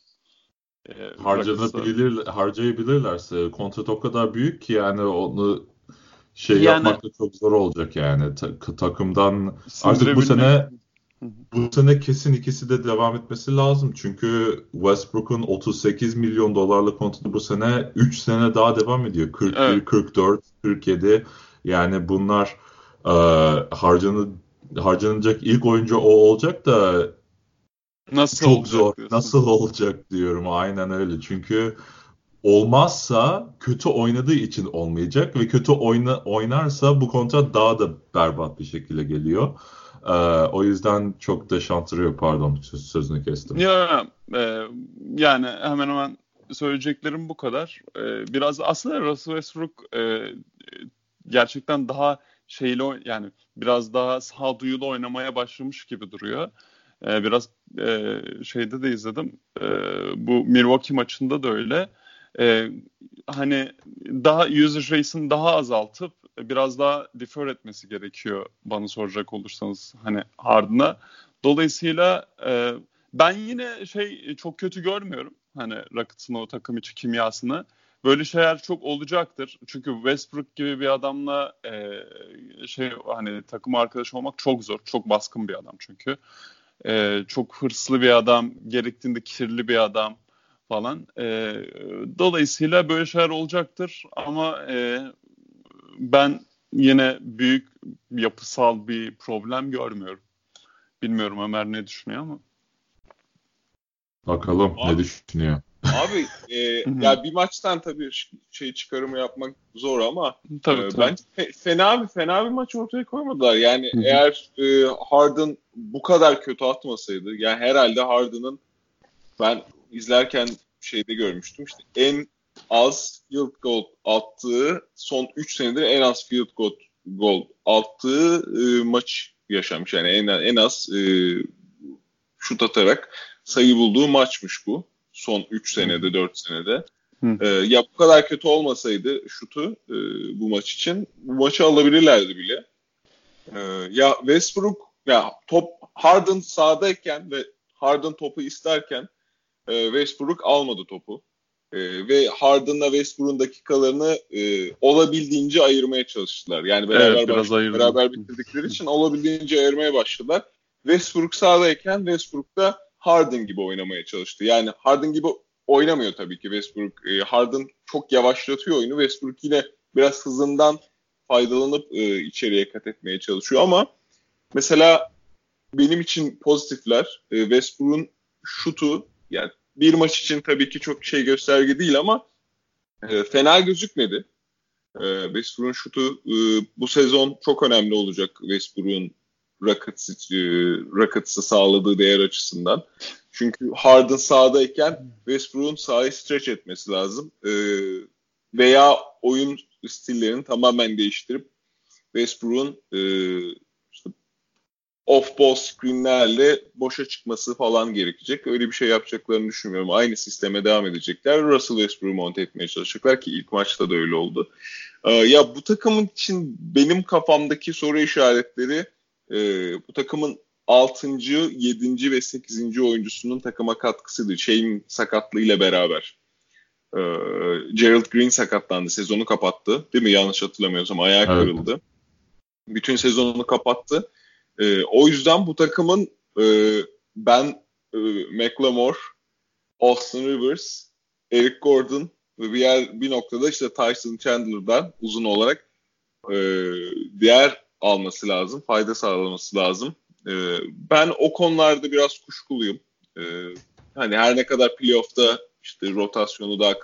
Harcayabilirlerse kontrat o kadar büyük ki yani onu yapmak da çok zor olacak yani takımdan artık bu sene kesin ikisi de devam etmesi lazım. Çünkü Westbrook'un 38 milyon dolarlık kontratı bu sene 3 sene daha devam ediyor. 41, evet. 44, 47. Yani bunlar harcanacak ilk oyuncu o olacak da nasıl çok zor. Diyorsun? Nasıl olacak diyorum. Aynen öyle. Çünkü olmazsa kötü oynadığı için olmayacak ve kötü oynarsa bu kontrat daha da berbat bir şekilde geliyor. O yüzden çok da şantırı yok. Pardon, sözünü kestim. Yani hemen hemen söyleyeceklerim bu kadar. Biraz aslında Russell Westbrook gerçekten daha yani biraz daha sağduyulu oynamaya başlamış gibi duruyor. Biraz şeyde de izledim. Bu Milwaukee maçında da öyle. Hani daha user rate'ini daha azaltıp biraz daha defer etmesi gerekiyor bana soracak olursanız hani Harden'a. Dolayısıyla ben yine çok kötü görmüyorum hani Rockets'ın o takım içi kimyasını. Böyle şeyler çok olacaktır. Çünkü Westbrook gibi bir adamla hani takım arkadaşı olmak çok zor. Çok baskın bir adam çünkü. Çok hırslı bir adam, gerektiğinde kirli bir adam falan. Dolayısıyla böyle şeyler olacaktır ama ben yine büyük yapısal bir problem görmüyorum. Bilmiyorum Ömer ne düşünüyor ama. Bakalım ne düşünüyor. Abi ya bir maçtan tabii çıkarımı yapmak zor ama bence fena bir maç ortaya koymadılar. Yani eğer Harden bu kadar kötü atmasaydı, yani herhalde Harden'ın, ben izlerken görmüştüm, işte en az field goal attığı, son 3 senedir en az field goal attığı maç yaşamış. Yani en az şut atarak sayı bulduğu maçmış bu. Son 3 senede, 4 senede. Ya bu kadar kötü olmasaydı şutu bu maç için, bu maçı alabilirlerdi bile. Ya Westbrook, ya Harden sahadayken ve Harden topu isterken Westbrook almadı topu. Ve Harden'la Westbrook'un dakikalarını olabildiğince ayırmaya çalıştılar. Yani beraber bitirdikleri için olabildiğince ayırmaya başladılar. Westbrook sahadayken Westbrook da Harden gibi oynamaya çalıştı. Yani Harden gibi oynamıyor tabii ki Westbrook. Harden çok yavaşlatıyor oyunu. Westbrook yine biraz hızından faydalanıp içeriye kat etmeye çalışıyor ama mesela benim için pozitifler. Westbrook'un şutu, yani bir maç için tabii ki çok şey gösterge değil ama fena gözükmedi. Westbrook'un şutu bu sezon çok önemli olacak Westbrook'un Rockets'ı sağladığı değer açısından. Çünkü Harden sahadayken Westbrook'un sahayı stretch etmesi lazım. Veya oyun stillerini tamamen değiştirip Westbrook'un işte off-ball screenlerle boşa çıkması falan gerekecek. Öyle bir şey yapacaklarını düşünmüyorum. Aynı sisteme devam edecekler. Russell Westbrook'u monte etmeye çalışacaklar ki ilk maçta da öyle oldu. Ya bu takımın için benim kafamdaki soru işaretleri bu takımın 6. 7. ve 8. oyuncusunun takıma katkısıdır. Şeyin sakatlığıyla beraber. Gerald Green sakatlandı. Sezonu kapattı. Değil mi? Yanlış hatırlamıyorsam ayağı kırıldı. Evet. Bütün sezonunu kapattı. O yüzden bu takımın ben McLemore, Austin Rivers, Eric Gordon ve bir noktada işte Tyson Chandler'dan uzun olarak değer alması lazım. Fayda sağlaması lazım. Ben o konularda biraz kuşkuluyum. Hani her ne kadar playoff'ta işte rotasyonu daha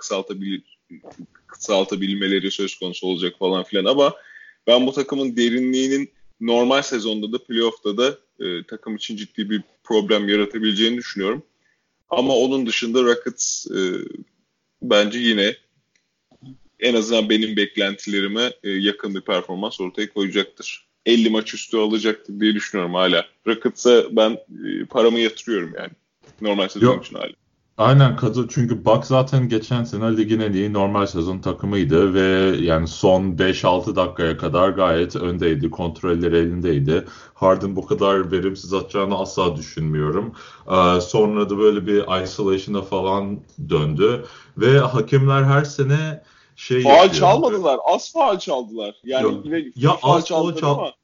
kısaltabilmeleri söz konusu olacak falan filan ama ben bu takımın derinliğinin normal sezonda da playoff'ta da takım için ciddi bir problem yaratabileceğini düşünüyorum. Ama onun dışında Rockets bence yine en azından benim beklentilerime yakın bir performans ortaya koyacaktır. 50 maç üstü alacaktır diye düşünüyorum hala. Rockets'a ben paramı yatırıyorum yani. Normal sezon için hala. Aynen çünkü Bucks zaten geçen sene ligin en iyi normal sezon takımıydı ve yani son 5-6 dakikaya kadar gayet öndeydi. Kontrolleri elindeydi. Harden bu kadar verimsiz atacağını asla düşünmüyorum. Sonra da böyle bir isolation'a falan döndü ve hakemler her sene faul çalmadılar. Az faul çaldılar. Yani ya az faul çaldılar.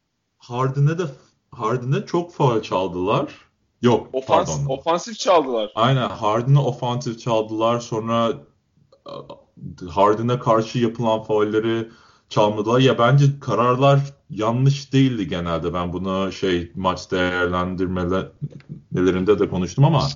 Harden'e çok faul çaldılar. Yok, ofansif çaldılar. Aynen, Harden'a ofansif çaldılar. Sonra Harden'a karşı yapılan faulleri çalmadılar. Ya bence kararlar yanlış değildi genelde. Ben bunu maç değerlendirmelerinde de konuştum ama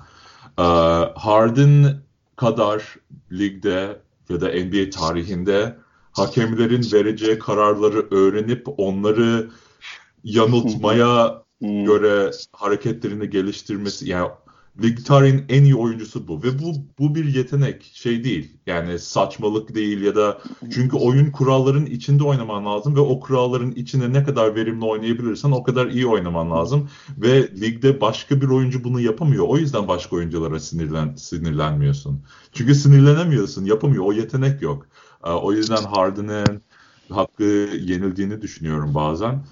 Harden kadar ligde ya da NBA tarihinde hakemlerin vereceği kararları öğrenip onları yanıltmaya göre hareketlerini geliştirmesi, yani lig tarihinin en iyi oyuncusu bu ve bu bir yetenek değil, yani saçmalık değil ya da çünkü oyun kuralların içinde oynaman lazım ve o kuralların içinde ne kadar verimli oynayabilirsen o kadar iyi oynaman lazım ve ligde başka bir oyuncu bunu yapamıyor, o yüzden başka oyunculara sinirlenmiyorsun çünkü sinirlenemiyorsun, yapamıyor, o yetenek yok. O yüzden Harden'ın hakkı yenildiğini düşünüyorum bazen.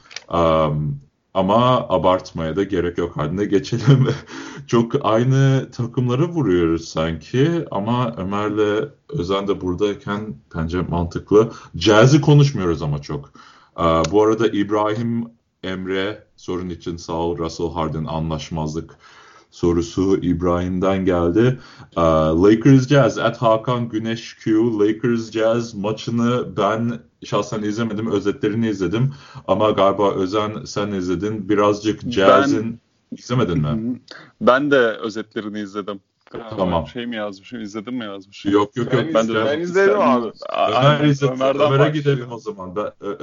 Ama abartmaya da gerek yok. Hadi geçelim. Çok aynı takımları vuruyoruz sanki. Ama Ömer'le Özen de buradayken bence mantıklı. Jazz'i konuşmuyoruz ama çok. Bu arada İbrahim Emre sorun için sağ ol. Russell Harden anlaşmazlık sorusu İbrahim'den geldi. Lakers Jazz @Hakan Güneş Q. Lakers Jazz maçını ben şahsen izlemedim. Özetlerini izledim. Ama galiba Özen sen izledin. Birazcık Jazz'in izlemedin mi? Ben de özetlerini izledim. Tamam. Mi yazmışım? İzledin mi yazmışım? Yok. Ben izledim abi. Ömer'e gidelim o zaman.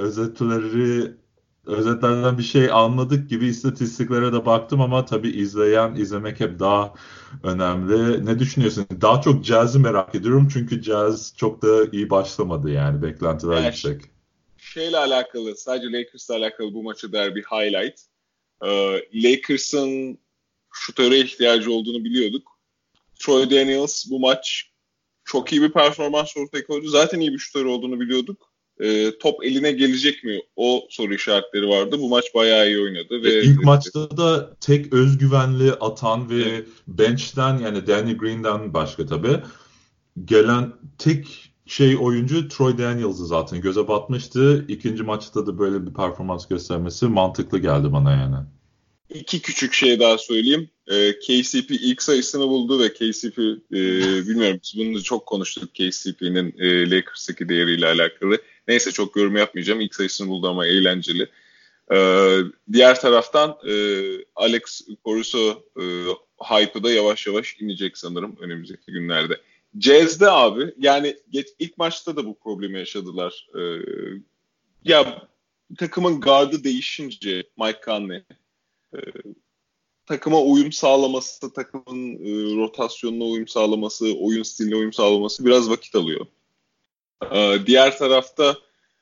Özetlerden bir şey anladık gibi istatistiklere de baktım ama tabii izlemek hep daha önemli. Ne düşünüyorsun? Daha çok Jazz'i merak ediyorum çünkü Jazz çok da iyi başlamadı, yani beklentiler yüksek. Şeyle alakalı, sadece Lakers'la alakalı bu maçı der bir highlight. Lakers'ın şutöre ihtiyacı olduğunu biliyorduk. Troy Daniels bu maç çok iyi bir performans ortaya koydu. Zaten iyi bir şutör olduğunu biliyorduk. Top eline gelecek mi? O soru işaretleri vardı. Bu maç bayağı iyi oynadı. Ve ilk maçta da tek özgüvenli atan ve bench'ten, yani Danny Green'den başka tabii gelen tek oyuncu Troy Daniels'ı zaten göze batmıştı. İkinci maçta da böyle bir performans göstermesi mantıklı geldi bana yani. İki küçük şey daha söyleyeyim. KCP ilk sayısını buldu ve KCP bilmiyorum, biz bunu da çok konuştuk KCP'nin Lakers'taki değeriyle alakalı. Neyse çok yorum yapmayacağım. İlk sayısını buldu ama eğlenceli. Diğer taraftan Alex Caruso hype'ı da yavaş yavaş inecek sanırım önümüzdeki günlerde. Jazz'de abi yani ilk maçta da bu problemi yaşadılar. Ya takımın gardı değişince Mike Conley takıma uyum sağlaması, takımın rotasyonuna uyum sağlaması, oyun stiline uyum sağlaması biraz vakit alıyor. Diğer tarafta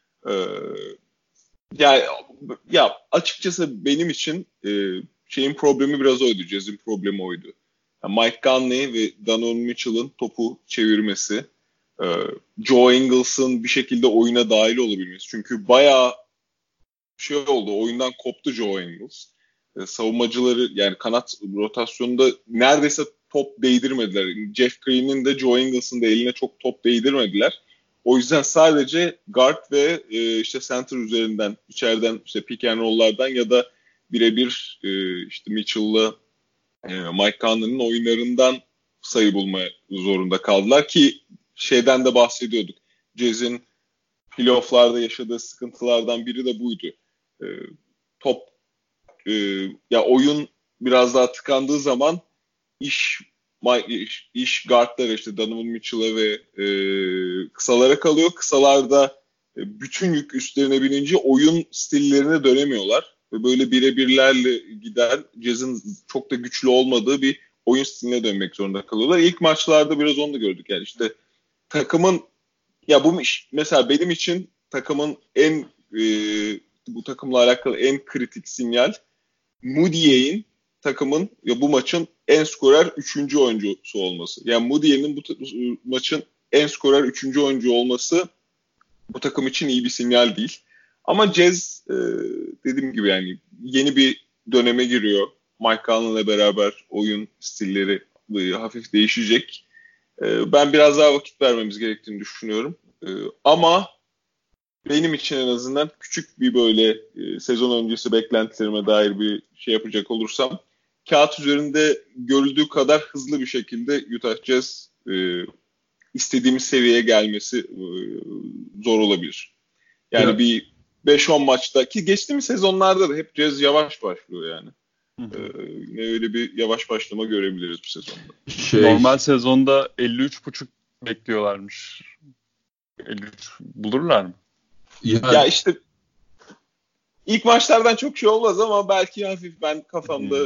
ya açıkçası benim için şeyin problemi biraz oydu. Jazz'in problemi oydu. Yani Mike Conley ve Donovan Mitchell'ın topu çevirmesi, Joe Ingles'ın bir şekilde oyuna dahil olabilmesi. Çünkü bayağı şey oldu. Oyundan koptu Joe Ingles. Savunmacıları yani kanat rotasyonunda neredeyse top değdirmediler. Jeff Green'in de Joe Ingles'ın da eline çok top değdirmediler. O yüzden sadece guard ve işte center üzerinden, içeriden işte pick and roll'lardan ya da birebir işte Mitchell'la Mike Conley'nin oyunlarından sayı bulmaya zorunda kaldılar ki şeyden de bahsediyorduk. Jazz'in playoff'larda yaşadığı sıkıntılardan biri de buydu. Ya oyun biraz daha tıkandığı zaman iş guardlara işte Donovan Mitchell'a ve kısalara kalıyor. Kısalarda bütün yük üstlerine binince oyun stillerine dönemiyorlar. Ve böyle birebirlerle giden Jazz'ın çok da güçlü olmadığı bir oyun stiline dönmek zorunda kalıyorlar. İlk maçlarda biraz onu da gördük. Yani işte takımın ya bu mesela benim için takımın bu takımla alakalı en kritik sinyal Moody'nin takımın ya bu maçın en skorer 3. oyuncusu olması. Yani Moody'nin bu maçın en skorer 3. oyuncu olması bu takım için iyi bir sinyal değil. Ama Jazz dediğim gibi yani yeni bir döneme giriyor. Mike Conley'le beraber oyun stilleri hafif değişecek. Ben biraz daha vakit vermemiz gerektiğini düşünüyorum. Ama benim için en azından küçük bir böyle sezon öncesi beklentilerime dair bir şey yapacak olursam kağıt üzerinde görüldüğü kadar hızlı bir şekilde Utah Jazz istediğimiz seviyeye gelmesi zor olabilir. Yani evet. Bir 5-10 maçta ki geçtiğimiz sezonlarda da hep Jazz yavaş başlıyor yani. Yine öyle bir yavaş başlama görebiliriz bu sezonda. Normal sezonda 53.5 bekliyorlarmış. 53 bulurlar mı? Ya işte ilk maçlardan çok şey olmaz ama belki hafif ben kafamda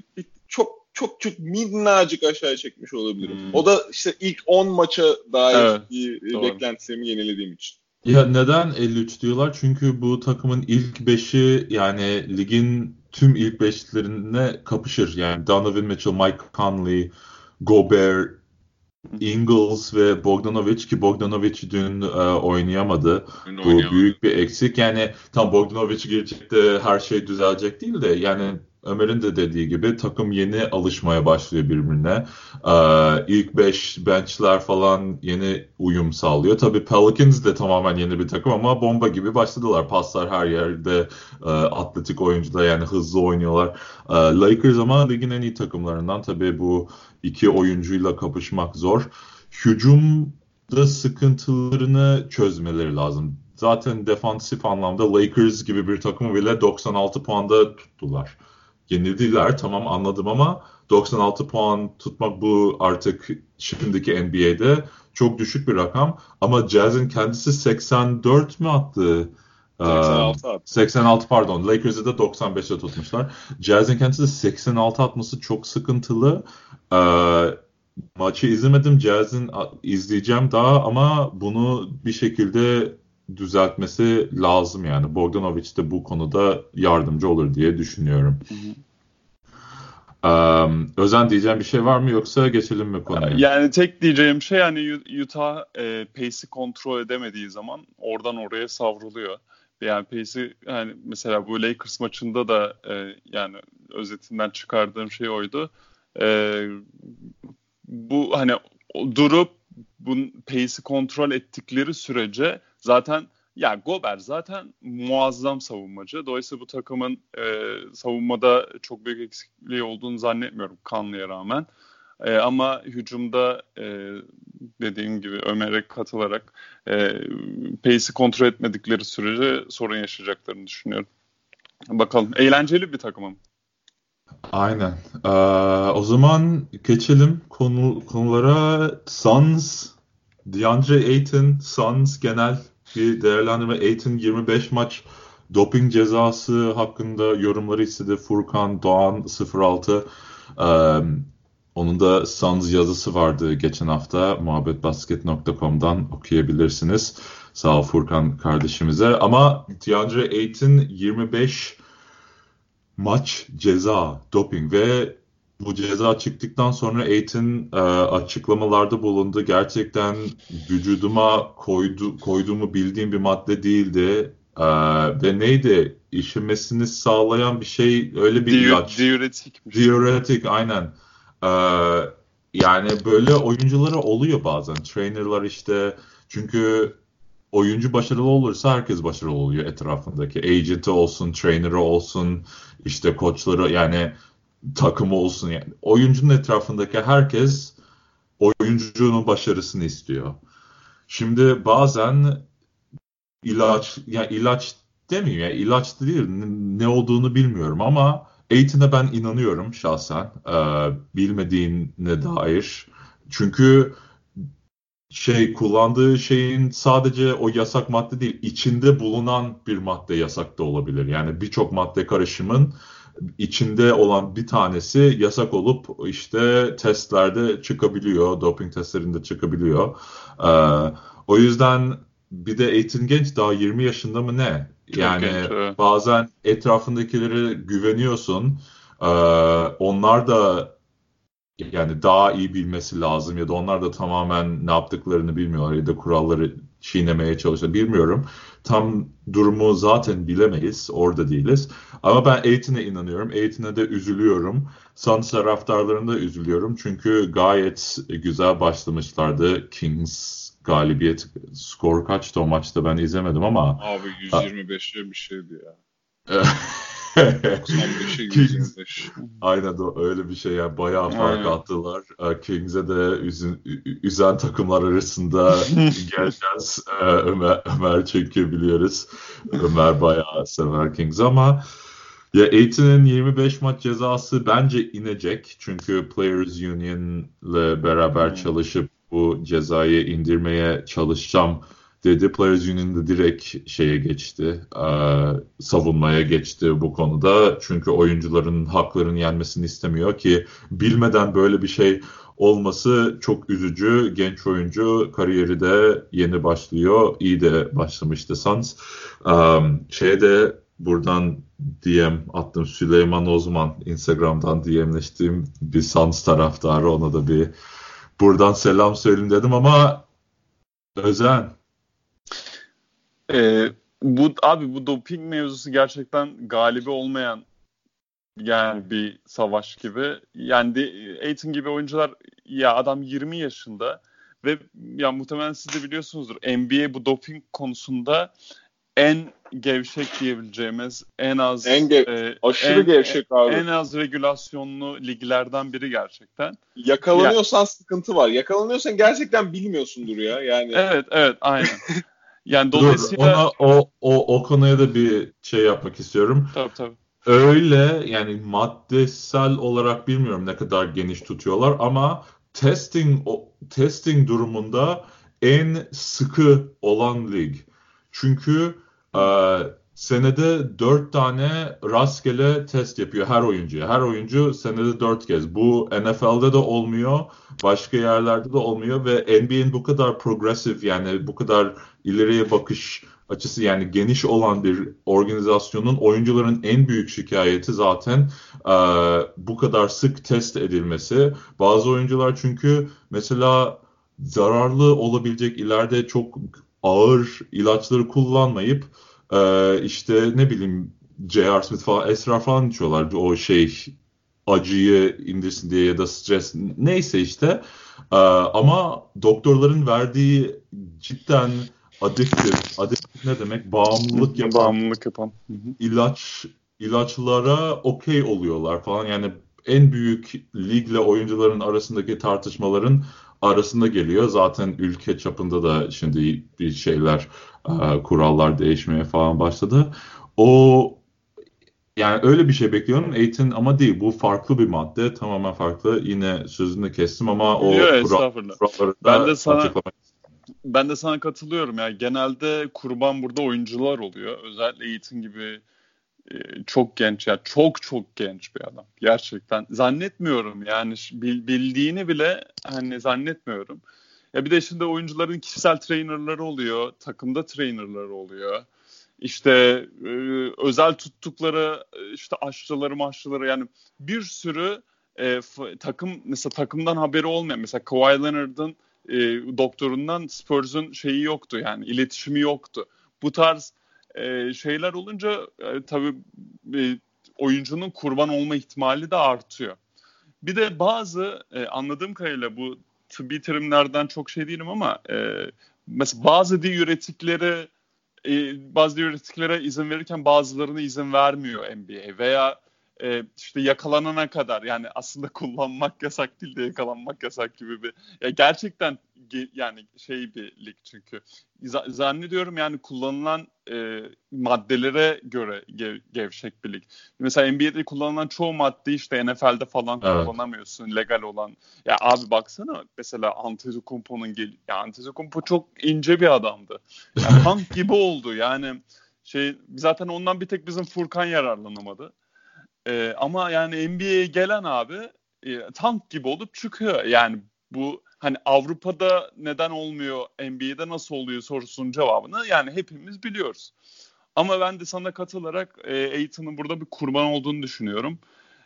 çok minnacık aşağıya çekmiş olabilirim. O da işte ilk 10 maça dair beklentilerimi yenilediğim için. Ya neden 53 diyorlar? Çünkü bu takımın ilk 5'i yani ligin tüm ilk 5'lerine kapışır. Yani Donovan Mitchell, Mike Conley, Gobert, Ingles ve Bogdanovic ki Bogdanovic dün oynayamadı. Bu büyük bir eksik. Yani tam Bogdanovic gelecekte her şey düzelecek değil de yani Ömer'in de dediği gibi takım yeni alışmaya başlıyor birbirine. İlk 5 benchler falan yeni uyum sağlıyor. Tabii Pelicans de tamamen yeni bir takım ama bomba gibi başladılar. Paslar her yerde, atletik oyuncular yani hızlı oynuyorlar. Lakers ama ligin en iyi takımlarından. Tabii bu iki oyuncuyla kapışmak zor. Hücumda sıkıntılarını çözmeleri lazım. Zaten defansif anlamda Lakers gibi bir takımı bile 96 puanda tuttular. Yenildiler tamam anladım ama 96 puan tutmak bu artık şimdiki NBA'de çok düşük bir rakam. Ama Jazz'in kendisi 84 mü attı? 86 pardon. Lakers'ı da 95'e tutmuşlar. Jazz'in kendisi 86 atması çok sıkıntılı. Maçı izlemedim. Jazz'in izleyeceğim daha ama bunu bir şekilde düzeltmesi lazım yani. Bogdanovic de bu konuda yardımcı olur diye düşünüyorum. Özen diyeceğim bir şey var mı yoksa geçelim mi konuya? Yani tek diyeceğim şey yani Utah pace'i kontrol edemediği zaman oradan oraya savruluyor. Yani pace'i yani mesela bu Lakers maçında da yani özetinden çıkardığım şey oydu. Bu hani durup bu pace'i kontrol ettikleri sürece zaten yani Gobert zaten muazzam savunmacı. Dolayısıyla bu takımın savunmada çok büyük eksikliği olduğunu zannetmiyorum Conley'e rağmen. Ama hücumda dediğim gibi Ömer'e katılarak pace'i kontrol etmedikleri sürece sorun yaşayacaklarını düşünüyorum. Bakalım. Eğlenceli bir takımım. Aynen. O zaman geçelim konulara. Suns, DeAndre Ayton, Suns genel bir değerlendirme. Ayton 25 maç doping cezası hakkında yorumları istedi. Furkan Doğan 06. Onun da Suns yazısı vardı geçen hafta. Muhabbetbasket.com'dan okuyabilirsiniz. Sağ ol Furkan kardeşimize. Ama DeAndre Ayton 25 maç ceza, doping ve bu ceza çıktıktan sonra Ayton açıklamalarda bulundu. Gerçekten vücuduma koyduğumu bildiğim bir madde değildi. Ve neydi? İşemesini sağlayan bir şey, öyle bir ilaç. Diüretikmiş. Diüretik, aynen. Yani böyle oyunculara oluyor bazen. Trainerlar işte, çünkü oyuncu başarılı olursa herkes başarılı oluyor etrafındaki. Agent'i olsun, trainer'ı olsun, işte koçları, yani takımı olsun. Yani oyuncunun etrafındaki herkes oyuncunun başarısını istiyor. Şimdi bazen ilaç demeyeyim ya, ilaç değil, ne olduğunu bilmiyorum ama Ayton'a ben inanıyorum şahsen, bilmediğine dair. Çünkü kullandığı şeyin sadece o yasak madde değil, içinde bulunan bir madde yasak da olabilir. Yani birçok madde karışımın içinde olan bir tanesi yasak olup işte testlerde çıkabiliyor, doping testlerinde çıkabiliyor. O yüzden bir de Ayton genç, daha 20 yaşında mı ne? Yani genç, evet. Bazen etrafındakilere güveniyorsun. Onlar da yani daha iyi bilmesi lazım ya da onlar da tamamen ne yaptıklarını bilmiyorlar ya da kuralları çiğnemeye çalışıyor. Bilmiyorum. Tam durumu zaten bilemeyiz. Orada değiliz. Ama ben Ayton'a inanıyorum. Ayton'a da üzülüyorum. Suns taraftarlarına da üzülüyorum. Çünkü gayet güzel başlamışlardı. Kings galibiyet, skor kaçtı o maçta, ben izlemedim ama. Abi 125'e bir şeydi ya. 95'e 125. Aynen öyle bir şey yani, bayağı fark attılar. Kings'e de üzen takımlar arasında geleceğiz. Ömer çünkü biliyoruz. Ömer bayağı sever Kings ama ya Ayton'un 25 maç cezası bence inecek. Çünkü Players Union'la beraber çalışıp bu cezayı indirmeye çalışacağım dedi. Players Union'da direkt şeye geçti, savunmaya geçti bu konuda. Çünkü oyuncuların haklarını yenmesini istemiyor ki bilmeden böyle bir şey olması çok üzücü. Genç oyuncu, kariyeri de yeni başlıyor. İyi de başlamıştı Suns. De buradan DM attım, Süleyman Ozman, Instagram'dan DM'leştiğim bir Suns taraftarı, ona da bir buradan selam söyleyeyim dedim ama Özen. Bu doping mevzusu gerçekten galibi olmayan yani bir savaş gibi. Yani Ayton gibi oyuncular, ya adam 20 yaşında ve ya muhtemelen siz de biliyorsunuzdur, NBA bu doping konusunda en gevşek diyebileceğimiz, aşırı gevşek abi. En az regülasyonlu liglerden biri gerçekten. Yakalanıyorsan sıkıntı var. Yakalanıyorsan gerçekten bilmiyorsundur ya. Yani. Evet, aynen. Yani dolayısıyla o konuya da bir şey yapmak istiyorum. Tabii. Öyle yani maddesel olarak bilmiyorum ne kadar geniş tutuyorlar ama testing durumunda en sıkı olan lig. Çünkü senede 4 tane rastgele test yapıyor her oyuncuya. Her oyuncu senede 4 kez. Bu NFL'de de olmuyor, başka yerlerde de olmuyor ve NBA'nin bu kadar progresif, yani bu kadar ileriye bakış açısı, yani geniş olan bir organizasyonun oyuncuların en büyük şikayeti zaten bu kadar sık test edilmesi. Bazı oyuncular çünkü mesela zararlı olabilecek, ileride çok ağır ilaçları kullanmayıp işte ne bileyim J.R. Smith falan, esrar falan içiyorlar. O acıyı indirsin diye ya da stres, neyse işte. Ama doktorların verdiği cidden adiktif ne demek? Bağımlılık yapan. İlaçlara okey oluyorlar falan. Yani en büyük ligle oyuncuların arasındaki tartışmaların arasında geliyor. Zaten ülke çapında da şimdi bir şeyler, kurallar değişmeye falan başladı. O Yani öyle bir şey bekliyorum. Ayton ama değil. Bu farklı bir madde. Tamamen farklı. Yine sözünü kestim ama o Yok, estağfurullah. kuralları Ben da de sana açıklamak. Ben de sana katılıyorum. Yani genelde kurban burada oyuncular oluyor. Özellikle Ayton gibi çok genç, ya çok çok genç bir adam. Gerçekten zannetmiyorum yani bildiğini bile hani zannetmiyorum. Ya bir de şimdi oyuncuların kişisel trainerları oluyor, takımda trainerları oluyor. İşte özel tuttukları işte aşçıları yani bir sürü takım, mesela takımdan haberi olmayan, mesela Kawhi Leonard'ın doktorundan Spurs'un şeyi yoktu, yani iletişimi yoktu. Bu tarz şeyler olunca tabii oyuncunun kurban olma ihtimali de artıyor. Bir de bazı anladığım kadarıyla, bu tıbbi terimlerden çok şey değilim ama mesela bazı diüretikleri bazı diüretiklere izin verirken bazılarına izin vermiyor NBA veya işte yakalanana kadar, yani aslında kullanmak yasak değil de yakalanmak yasak gibi bir, ya gerçekten yani şey bir lig çünkü zannediyorum yani kullanılan maddelere göre gevşek bir lig. Mesela NBA'de kullanılan çoğu madde işte NFL'de falan kullanamıyorsun, legal olan. Ya abi baksana mesela Antetokounmpo'nun ya Antetokounmpo çok ince bir adamdı. Yani tank gibi oldu yani, zaten ondan bir tek bizim Furkan yararlanamadı. Ama yani NBA'ye gelen abi tank gibi olup çıkıyor. Yani bu hani Avrupa'da neden olmuyor, NBA'de nasıl oluyor sorusunun cevabını yani hepimiz biliyoruz. Ama ben de sana katılarak Ayton'un burada bir kurban olduğunu düşünüyorum.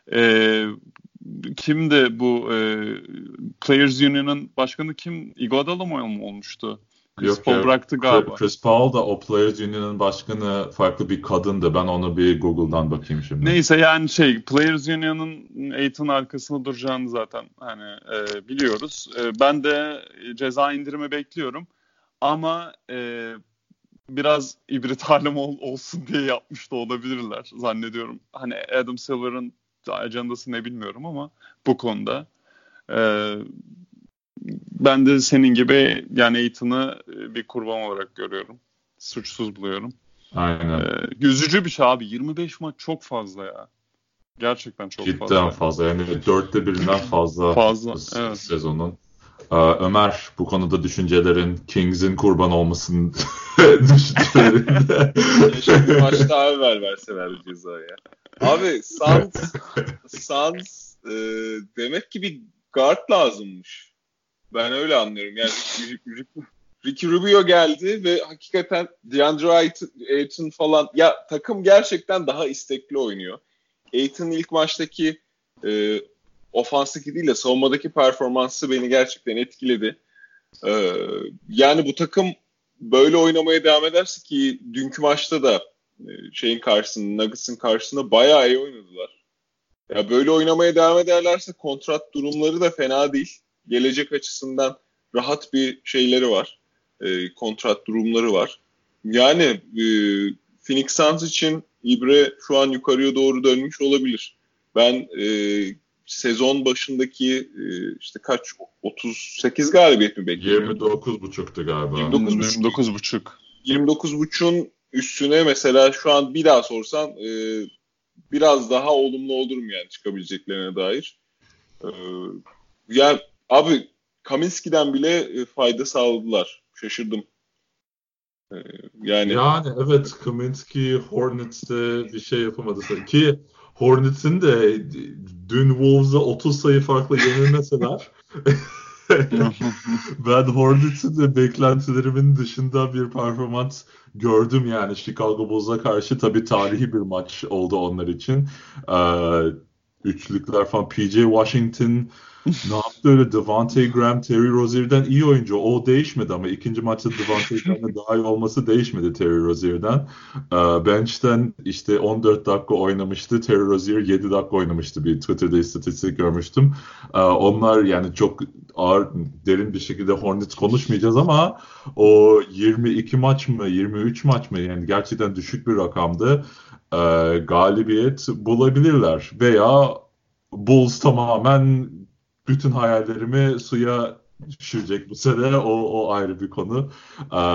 Kimdi bu Players Union'ın başkanı kim? Iguodala mı olmuştu? Chris Paul bıraktı galiba. Chris Paul da o Players Union'ın başkanı farklı bir kadındı. Ben onu bir Google'dan bakayım şimdi. Neyse yani Players Union'ın Ayton arkasında duracağını zaten hani biliyoruz. Ben de ceza indirimi bekliyorum. Ama biraz ibret alem olsun diye yapmış da olabilirler zannediyorum. Hani Adam Silver'ın ajandası ne bilmiyorum ama bu konuda ben de senin gibi yani Ayton'ı bir kurban olarak görüyorum. Suçsuz buluyorum. Aynen. Üzücü bir şey abi. 25 maç çok fazla ya. Gerçekten çok fazla. Cidden fazla. Yani 1/4'ünden fazla evet. Sezonun. Ömer, bu konuda düşüncelerin, Kings'in kurban olmasının düşüncelerinde. Şimdi maçta abi verseler bir cezaya. Abi Suns demek ki bir guard lazımmış. Ben öyle anlıyorum. Yani Ricky Rubio geldi ve hakikaten DeAndre Ayton falan, ya takım gerçekten daha istekli oynuyor. Ayton'un ilk maçtaki ofansdaki değil de savunmadaki performansı beni gerçekten etkiledi. Yani bu takım böyle oynamaya devam ederse, ki dünkü maçta da Nuggets'ın karşısında bayağı iyi oynadılar. Ya böyle oynamaya devam ederlerse kontrat durumları da fena değil. Gelecek açısından rahat bir şeyleri var. Kontrat durumları var. Yani Phoenix Suns için ibre şu an yukarıya doğru dönmüş olabilir. Ben sezon başındaki işte kaç, 38 galibiyet mi bekliyorum? 29.5'tu galiba. 29.5. 29.5'un üstüne mesela şu an bir daha sorsan biraz daha olumlu olurum yani çıkabileceklerine dair. Yani abi Kaminski'den bile fayda sağladılar. Şaşırdım. Yani evet, Kaminski Hornets'te bir şey yapamadı. Ki Hornets'in de dün Wolves'a 30 sayı farklı yenilmeseler ben Hornets'in de beklentilerimin dışında bir performans gördüm yani. Chicago Bulls'a karşı tabii tarihi bir maç oldu onlar için. Üçlükler falan. PJ Washington ne yaptı öyle? Devontae Graham, Terry Rozier'den iyi oyuncu. O değişmedi ama ikinci maçta Devontae Graham'ın daha iyi olması değişmedi Terry Rozier'den. Bench'ten işte 14 dakika oynamıştı. Terry Rozier 7 dakika oynamıştı. Bir Twitter'da istatistik görmüştüm. Onlar yani çok ağır, derin bir şekilde Hornets konuşmayacağız ama o 22 maç mı, 23 maç mı, yani gerçekten düşük bir rakamdı. Galibiyet bulabilirler veya Bulls tamamen bütün hayallerimi suya düşürecek bu sene. O ayrı bir konu.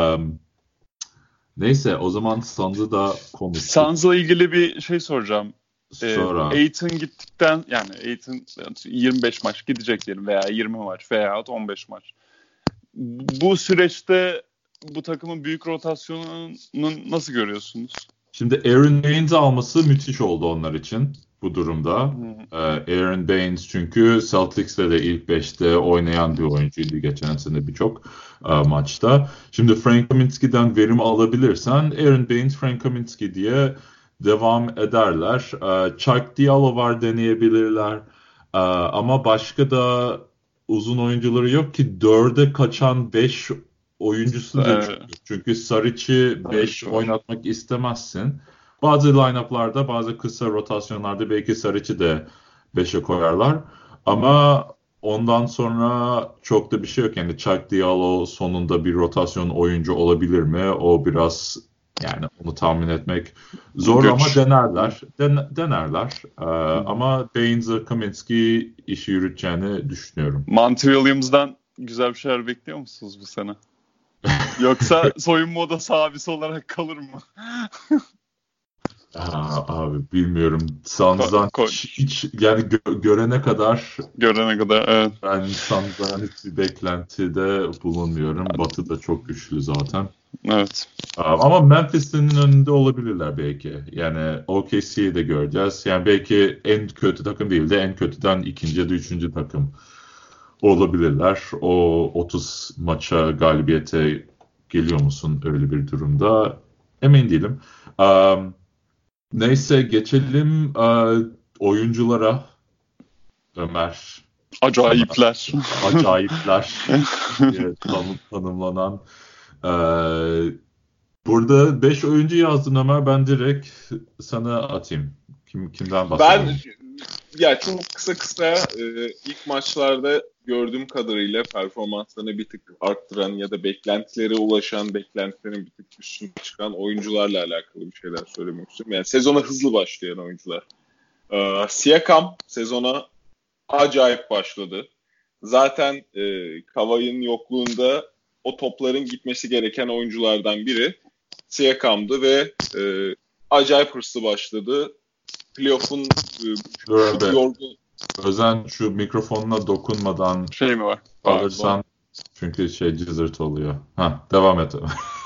Neyse, o zaman Suns'ı da konuştuk. Suns'la ilgili bir şey soracağım. Ayton gittikten yani Ayton 25 maç gidecek diyelim veya 20 maç veya 15 maç. Bu süreçte bu takımın büyük rotasyonunu nasıl görüyorsunuz? Şimdi Aaron Baines'i alması müthiş oldu onlar için bu durumda. Aaron Baines çünkü Celtics'te de ilk 5'te oynayan bir oyuncuydu geçen sene birçok maçta. Şimdi Frank Kaminsky'den verim alabilirsen Aaron Baines, Frank Kaminsky diye devam ederler. Chuck Diallo var deneyebilirler. Ama başka da uzun oyuncuları yok ki 4'e kaçan 5 oyuncusu da çok. Çünkü Saric'i 5 oynatmak istemezsin. Bazı line-up'larda, bazı kısa rotasyonlarda belki Saric'i de 5'e koyarlar. Ama ondan sonra çok da bir şey yok. Yani Chuck Diallo sonunda bir rotasyon oyuncu olabilir mi? O biraz yani onu tahmin etmek zor ama denerler. Denerler. Ama Baines'e Kaminsky işi yürüteceğini düşünüyorum. Monty Williams'dan güzel bir şeyler bekliyor musunuz bu sene? Yoksa soyunma odası abisi olarak kalır mı? Abi bilmiyorum. Suns'dan hiç yani görene kadar evet. Ben Suns'dan hiçbir beklentide bulunmuyorum. Batı da çok güçlü zaten. Evet. Ama Memphis'in önünde olabilirler belki. Yani OKC'yi de göreceğiz. Yani belki en kötü takım değil de en kötüden ikinci ya da üçüncü takım olabilirler. O 30 maça galibiyete geliyor musun öyle bir durumda? Emin değilim. Neyse geçelim oyunculara. Ömer. Acayipler diye tanımlanan. Burada 5 oyuncu yazdın Ömer. Ben direkt sana atayım. Kimden bahsedeyim? Ya çok kısa ilk maçlarda gördüğüm kadarıyla performanslarını bir tık arttıran ya da beklentilere ulaşan, beklentilerin bir tık üstüne çıkan oyuncularla alakalı bir şeyler söylemek istiyorum. Yani sezona hızlı başlayan oyuncular. Siakam sezona acayip başladı. Zaten Kawhi'nin yokluğunda o topların gitmesi gereken oyunculardan biri Siakam'dı ve acayip hırslı başladı. Playoff'un yorgun. Özen şu mikrofonuna dokunmadan şey mi var? Alırsan çünkü cızırt oluyor. Devam et.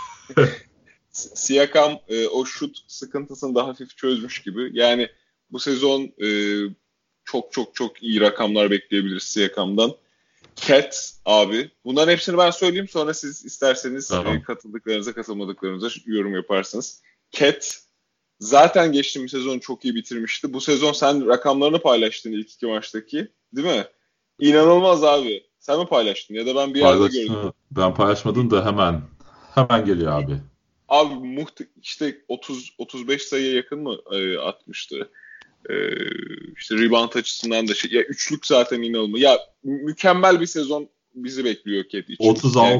Siakam o şut sıkıntısını daha hafif çözmüş gibi. Yani bu sezon çok iyi rakamlar bekleyebiliriz Siakam'dan. Cat abi. Bunların hepsini ben söyleyeyim. Sonra siz isterseniz katıldıklarınıza katılmadıklarınıza yorum yaparsınız. Cat zaten geçtiğimiz sezon çok iyi bitirmişti. Bu sezon sen rakamlarını paylaştın ilk 2 maçtaki. Değil mi? İnanılmaz abi. Sen mi paylaştın? Ya da ben bir yerde gördüm. Ben paylaşmadım da hemen geliyor abi. Abi işte 30-35 sayıya yakın mı atmıştı? İşte rebound açısından da ya üçlük zaten inanılmaz. Ya mükemmel bir sezon bizi bekliyor Cat için.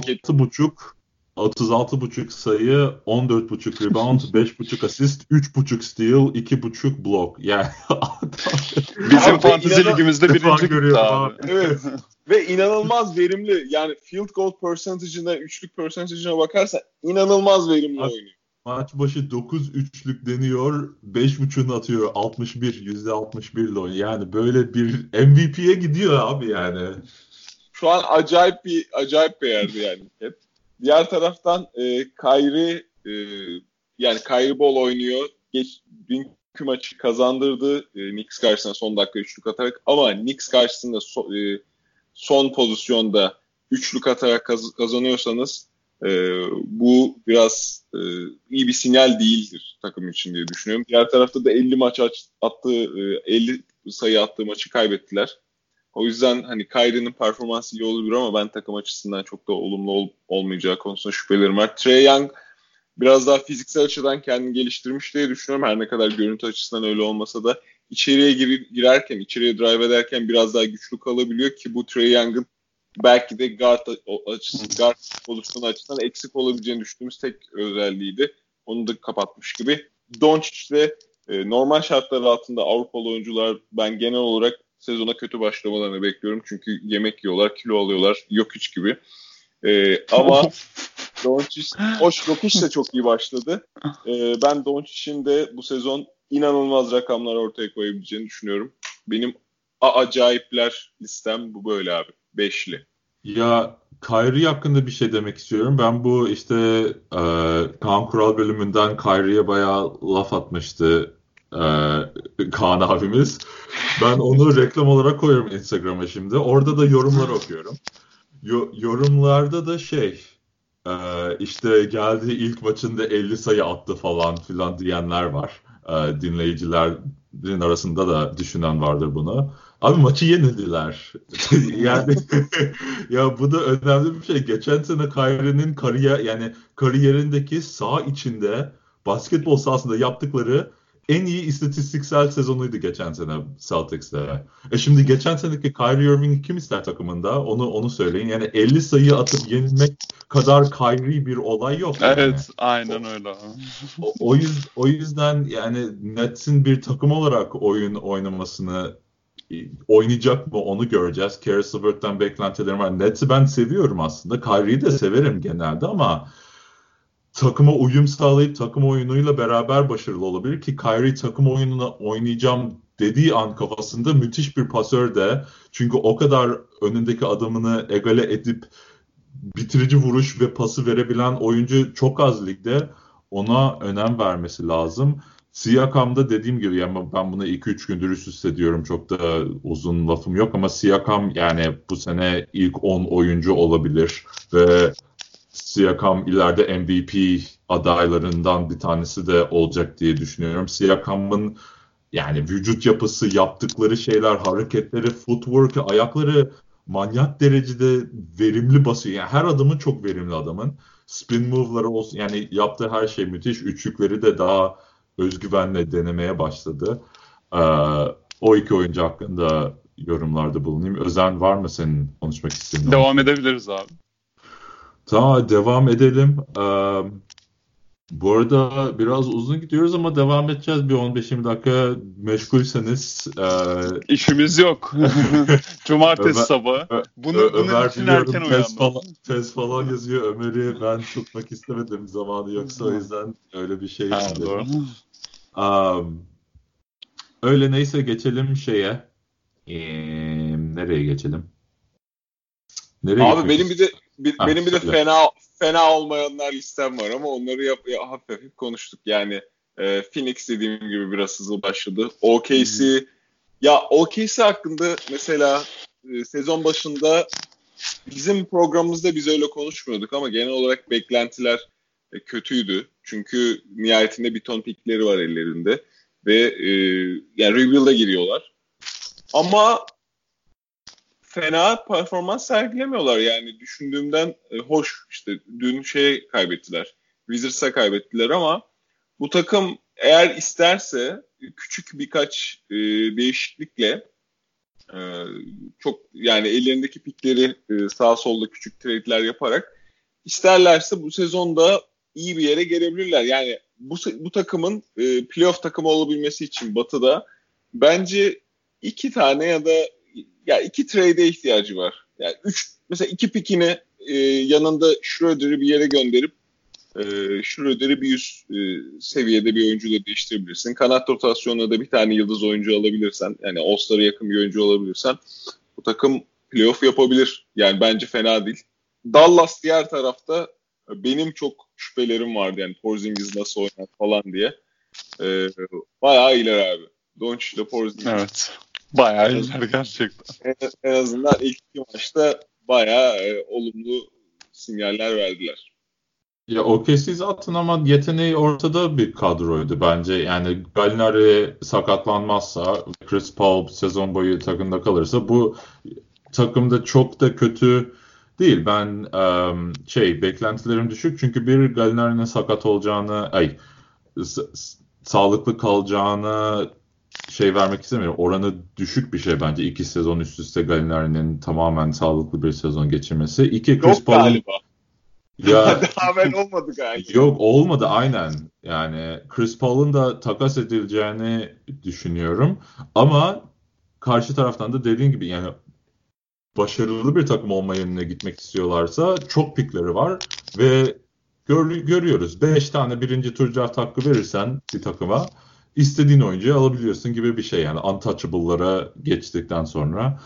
36,5 sayı, 14,5 rebound, 5,5 asist, 3,5 steal, 2,5 block. Yani bizim fantezi ligimizde birinci görüyor abi. Evet. Ve inanılmaz verimli. Yani field goal percentage'ına, üçlük percentage'ına bakarsan inanılmaz verimli oynuyor. Maç başı 9 üçlük deniyor, 5,5'unu atıyor, %61 ile oynuyor. Yani böyle bir MVP'ye gidiyor abi yani. Şu an acayip bir yerde yani. Diğer taraftan Kyrie bol oynuyor. Dünkü maçı kazandırdı Knicks karşısında son dakika üçlük atarak. Ama Knicks karşısında son pozisyonda üçlük atarak kazanıyorsanız bu biraz iyi bir sinyal değildir takım için diye düşünüyorum. Diğer tarafta da 50 maç attığı 50 sayı attığı maçı kaybettiler. O yüzden hani Kyrie'nin performansı iyi olabilir ama ben takım açısından çok da olumlu olmayacağı konusunda şüphelerim var. Trae Young biraz daha fiziksel açıdan kendini geliştirmiş diye düşünüyorum. Her ne kadar görüntü açısından öyle olmasa da içeriye girerken, içeriye drive ederken biraz daha güçlü kalabiliyor ki bu Trae Young'ın belki de guard pozisyonu açısından eksik olabileceğini düşündüğümüz tek özelliğiydi. Onu da kapatmış gibi. Doncic de normal şartlar altında Avrupalı oyuncular ben genel olarak sezona kötü başlamalarını bekliyorum. Çünkü yemek yiyorlar, kilo alıyorlar. Jokic gibi. Ama Doncic de çok iyi başladı. Ben Doncic'in de bu sezon inanılmaz rakamlar ortaya koyabileceğini düşünüyorum. Benim acayipler listem bu böyle abi. 5'li. Ya Kyrie hakkında bir şey demek istiyorum. Ben bu işte Kaan Kural bölümünden Kyrie'ye bayağı laf atmıştı Kaan abimiz. Ben onu reklam olarak koyuyorum Instagram'a şimdi. Orada da yorumlar okuyorum. Yorumlarda da işte geldiği ilk maçında 50 sayı attı falan filan diyenler var. Dinleyicilerin arasında da düşünen vardır bunu. Abi maçı yenildiler. Yani ya bu da önemli bir şey. Geçen sene Kyrie'nin kariyerindeki saha içinde basketbol sahasında yaptıkları en iyi istatistiksel sezonuydu geçen sene Celtics'te. Şimdi geçen seneki Kyrie Irving'i kim ister takımında? Onu söyleyin. Yani 50 sayı atıp yenilmek kadar Kyrie bir olay yok. Evet, yani. aynen öyle. O yüzden yani Nets'in bir takım olarak oyun oynamasını oynayacak mı onu göreceğiz. Caris LeVert'ten beklentilerim var. Nets'i ben seviyorum aslında. Kyrie'yi de severim genelde ama takıma uyum sağlayıp takım oyunuyla beraber başarılı olabilir ki Kyrie takım oyununa oynayacağım dediği an kafasında müthiş bir pasör de. Çünkü o kadar önündeki adamını egale edip bitirici vuruş ve pası verebilen oyuncu çok az ligde. Ona önem vermesi lazım. Siakam'da dediğim gibi yani ben bunu 2-3 gündür üst üste diyorum. Çok da uzun lafım yok ama Siakam yani bu sene ilk 10 oyuncu olabilir ve Siakam ileride MVP adaylarından bir tanesi de olacak diye düşünüyorum. Siakam'ın yani vücut yapısı, yaptıkları şeyler, hareketleri, footwork'ı, ayakları manyak derecede verimli basıyor. Yani her adımı çok verimli adamın. Spin move'ları olsun yani yaptığı her şey müthiş. Üçlükleri de daha özgüvenle denemeye başladı. O iki oyuncu hakkında yorumlarda bulunayım. Özen var mı senin konuşmak istediğin? Devam edebiliriz abi. Tamam devam edelim. Bu arada biraz uzun gidiyoruz ama devam edeceğiz bir 15-20 dakika meşgulseniz. İşimiz yok. Cumartesi sabahı. Bunun için erken uyandım. Tez falan yazıyor. Ömer'i ben tutmak istemedim zamanı yoksa o yüzden öyle bir şey dedim. Öyle neyse geçelim şeye. Nereye geçelim? Abi benim bir de fena olmayanlar listem var ama onları hafif konuştuk. Yani Phoenix dediğim gibi biraz hızlı başladı. OKC hakkında mesela sezon başında bizim programımızda biz öyle konuşmuyorduk ama genel olarak beklentiler kötüydü. Çünkü nihayetinde bir ton pikleri var ellerinde ve yani rebuild'a giriyorlar. Ama fena performans sergilemiyorlar yani düşündüğümden hoş işte dün kaybettiler. Wizards'a kaybettiler ama bu takım eğer isterse küçük birkaç değişiklikle çok yani ellerindeki pikleri sağ solda küçük trade'ler yaparak isterlerse bu sezonda iyi bir yere gelebilirler. Yani bu takımın playoff takımı olabilmesi için Batı'da bence 2 tane ya da 2 trade'e ihtiyacı var. Yani mesela 2 pikini yanında Schroeder'ı bir yere gönderip Schroeder'ı bir üst seviyede bir oyuncuyla değiştirebilirsin. Kanat rotasyonuna da bir tane yıldız oyuncu alabilirsen, yani All-Star'a yakın bir oyuncu alabilirsen bu takım playoff yapabilir. Yani bence fena değil. Dallas diğer tarafta benim çok şüphelerim vardı yani Porzingis nasıl oynar falan diye. Bayağı iyiler abi. Doncic ile Porzingis. Evet. Bayağı iyiler gerçekten. En azından ilk 2 maçta bayağı olumlu sinyaller verdiler. Ya OKC zaten ama yeteneği ortada bir kadroydu bence. Yani Gallinari sakatlanmazsa, Chris Paul sezon boyu takımda kalırsa bu takımda çok da kötü değil. Ben beklentilerim düşük çünkü bir Gallinari'nin sakat olacağını, sağlıklı kalacağını vermek istemiyorum. Oranı düşük bir şey bence. 2 sezon üst üste Gallinari'nin tamamen sağlıklı bir sezon geçirmesi. 2 Chris Paul'un galiba. Ya haber olmadı galiba. Yok olmadı aynen. Yani Chris Paul'un da takas edileceğini düşünüyorum. Ama karşı taraftan da dediğin gibi yani başarılı bir takım olma yönüne gitmek istiyorlarsa çok pikleri var ve görüyoruz. 5 tane birinci tur draft hakkı verirsen bir takıma istediğin oyuncuyu alabiliyorsun gibi bir şey yani untouchable'lara geçtikten sonra.